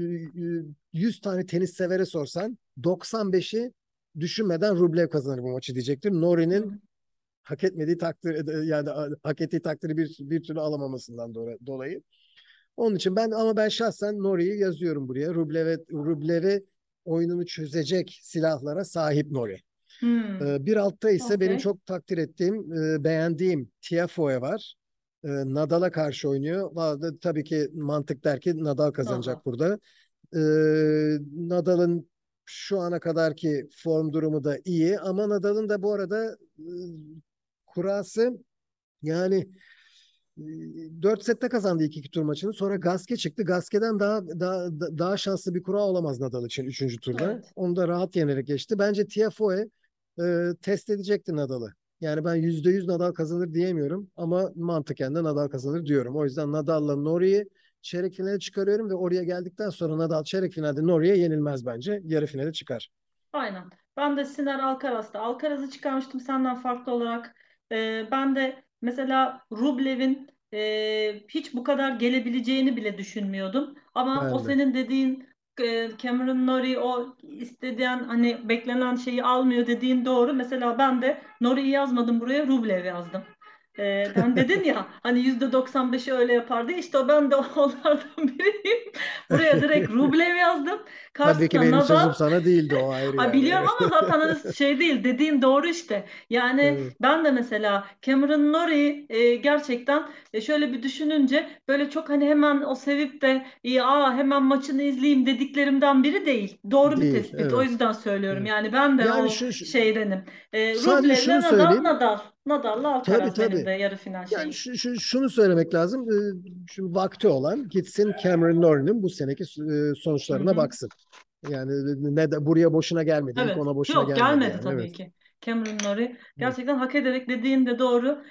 100 tane tenis severe sorsan 95'i düşünmeden Rublev kazanır bu maçı diyecektir. Hı Nori'nin hı. hak etmediği takdir, yani hak ettiği takdiri bir türlü alamamasından dolayı. Onun için ben şahsen Nori'yi yazıyorum buraya. Rublev'e oyununu çözecek silahlara sahip Nori. Hmm. Bir altta ise benim Okey. çok takdir ettiğim, beğendiğim Tiafoe var. Nadal'a karşı oynuyor. Tabii ki mantık der ki Nadal Nadal. kazanacak burada. Ee, Nadal'ın şu ana kadarki form durumu da iyi ama Nadal'ın da bu arada kurası, yani 4 sette kazandı ilk iki tur maçını. Sonra Gasquet çıktı. Gasquet'den daha şanslı bir kura olamaz Nadal için üçüncü turda. Evet. Onu da rahat yenerek geçti. Bence Tiafoe test edecekti Nadal'ı. Yani ben %100 Nadal kazanır diyemiyorum ama mantıken de Nadal kazanır diyorum. O yüzden Nadal'la Norrie'yi çeyrek finale çıkarıyorum ve oraya geldikten sonra Nadal çeyrek finalde Norrie'ye yenilmez bence. Yarı finale çıkar. Aynen. Ben de Sinner Alcaraz'da. Alcaraz'ı çıkarmıştım senden farklı olarak. Ben de mesela Rublev'in hiç bu kadar gelebileceğini bile düşünmüyordum. Ama o Ben de. senin dediğin Cameron Norrie o istediğin hani beklenen şeyi almıyor dediğin doğru. Mesela ben de Norrie'yi yazmadım buraya, Rublev yazdım. Hani dedin ya hani %95'i öyle yapar diye, işte ben de onlardan biriyim. Buraya direkt Rublev yazdım. Tabii ki Karşısına benim sözüm Nadal. sana değildi, o ayrı Ay, yani. biliyorum Evet. ama zaten hani şey değil, dediğin doğru işte. Yani Evet. ben de mesela Cameron Norrie gerçekten şöyle bir düşününce böyle çok hani hemen o sevip de hemen maçını izleyeyim dediklerimden biri değil. Doğru bir Değil. tespit. O Evet. yüzden söylüyorum. Evet. Yani ben de Yani o şeydenim. sadece Rublev'le şunu Nadal, söyleyeyim. Nadal. Nadal'la Tabii Alcaraz benim tabii. de yarı final Yani şeyim. şunu söylemek lazım. Şu vakti olan gitsin Cameron Norrie'nin bu seneki Hı sonuçlarına hı. baksın. Yani ne de buraya boşuna gelmedi. İlk Evet. ona boşuna Yok, gelmedi gelmedi yani. tabii Evet. ki. Cameron Norrie Evet. gerçekten hak ederek, dediğin de doğru,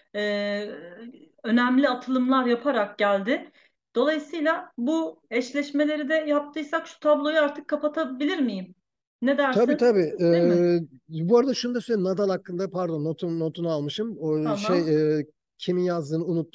önemli atılımlar yaparak geldi. Dolayısıyla bu eşleşmeleri de yaptıysak şu tabloyu artık kapatabilir miyim? Ne Tabii dersin? tabii. Değil mi? Bu arada şunu da söyleyeyim. Nadal hakkında, pardon, notunu almışım. O Tamam. kimin yazdığını unuttum.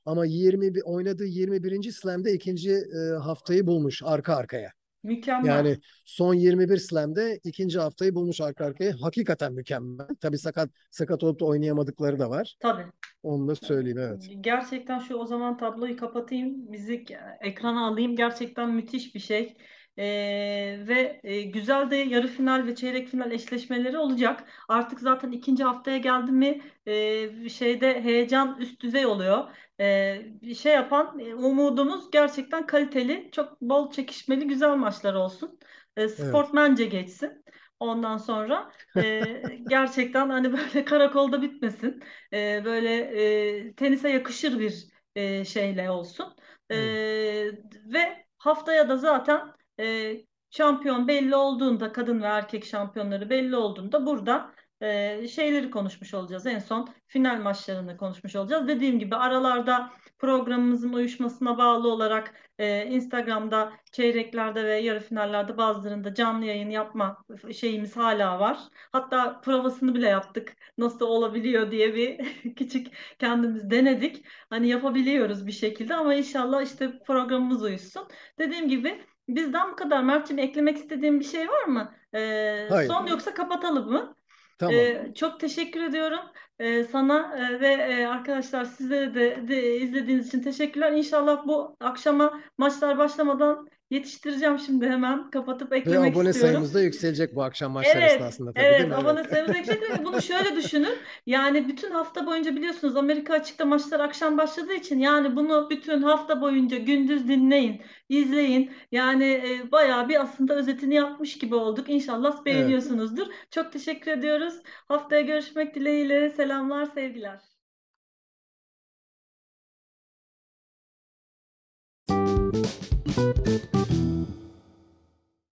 Ama oynadığı 21. Slam'de ikinci haftayı bulmuş arka arkaya. Mükemmel. Yani son 21 Slam'de ikinci haftayı bulmuş arka arkaya. Hakikaten mükemmel. Tabii sakat olup da oynayamadıkları da var. Tabii. Onu da söyleyeyim, evet. Gerçekten şu o zaman tabloyu kapatayım, ekrana alayım. Gerçekten müthiş bir şey. Ve güzel de yarı final ve çeyrek final eşleşmeleri olacak. Artık zaten ikinci haftaya geldi mi şeyde heyecan üst düzey oluyor. Bir şey yapan umudumuz gerçekten kaliteli, çok bol çekişmeli, güzel maçlar olsun. Evet. Sportmence geçsin. Ondan sonra gerçekten hani böyle karakolda bitmesin. Böyle tenise yakışır bir şeyle olsun. Evet. Ve haftaya da zaten şampiyon belli olduğunda, kadın ve erkek şampiyonları belli olduğunda burada şeyleri konuşmuş olacağız. En son final maçlarını konuşmuş olacağız. Dediğim gibi aralarda programımızın uyuşmasına bağlı olarak Instagram'da çeyreklerde ve yarı finallerde bazılarında canlı yayın yapma şeyimiz hala var. Hatta provasını bile yaptık. Nasıl olabiliyor diye bir küçük kendimiz denedik. Hani yapabiliyoruz bir şekilde ama inşallah işte programımız uyuşsun. Dediğim gibi bizden bu kadar. Mert'ciğim eklemek istediğim bir şey var mı? Hayır. Son yoksa kapatalım mı? Tamam. Çok teşekkür ediyorum sana ve arkadaşlar sizlere de izlediğiniz için teşekkürler. İnşallah bu akşama maçlar başlamadan yetiştireceğim, şimdi hemen kapatıp Ve eklemek abone istiyorum. sayımız da yükselecek bu akşam maçlar Evet, esnasında tabii, değil evet. mi? Abone Evet. sayımız yüksek ve bunu şöyle düşünün. Yani bütün hafta boyunca biliyorsunuz Amerika açıkta maçlar akşam başladığı için yani bunu bütün hafta boyunca gündüz dinleyin, izleyin. Yani bayağı bir aslında özetini yapmış gibi olduk. İnşallah Evet. beğeniyorsunuzdur. Çok teşekkür ediyoruz. Haftaya görüşmek dileğiyle. Selamlar, sevgiler.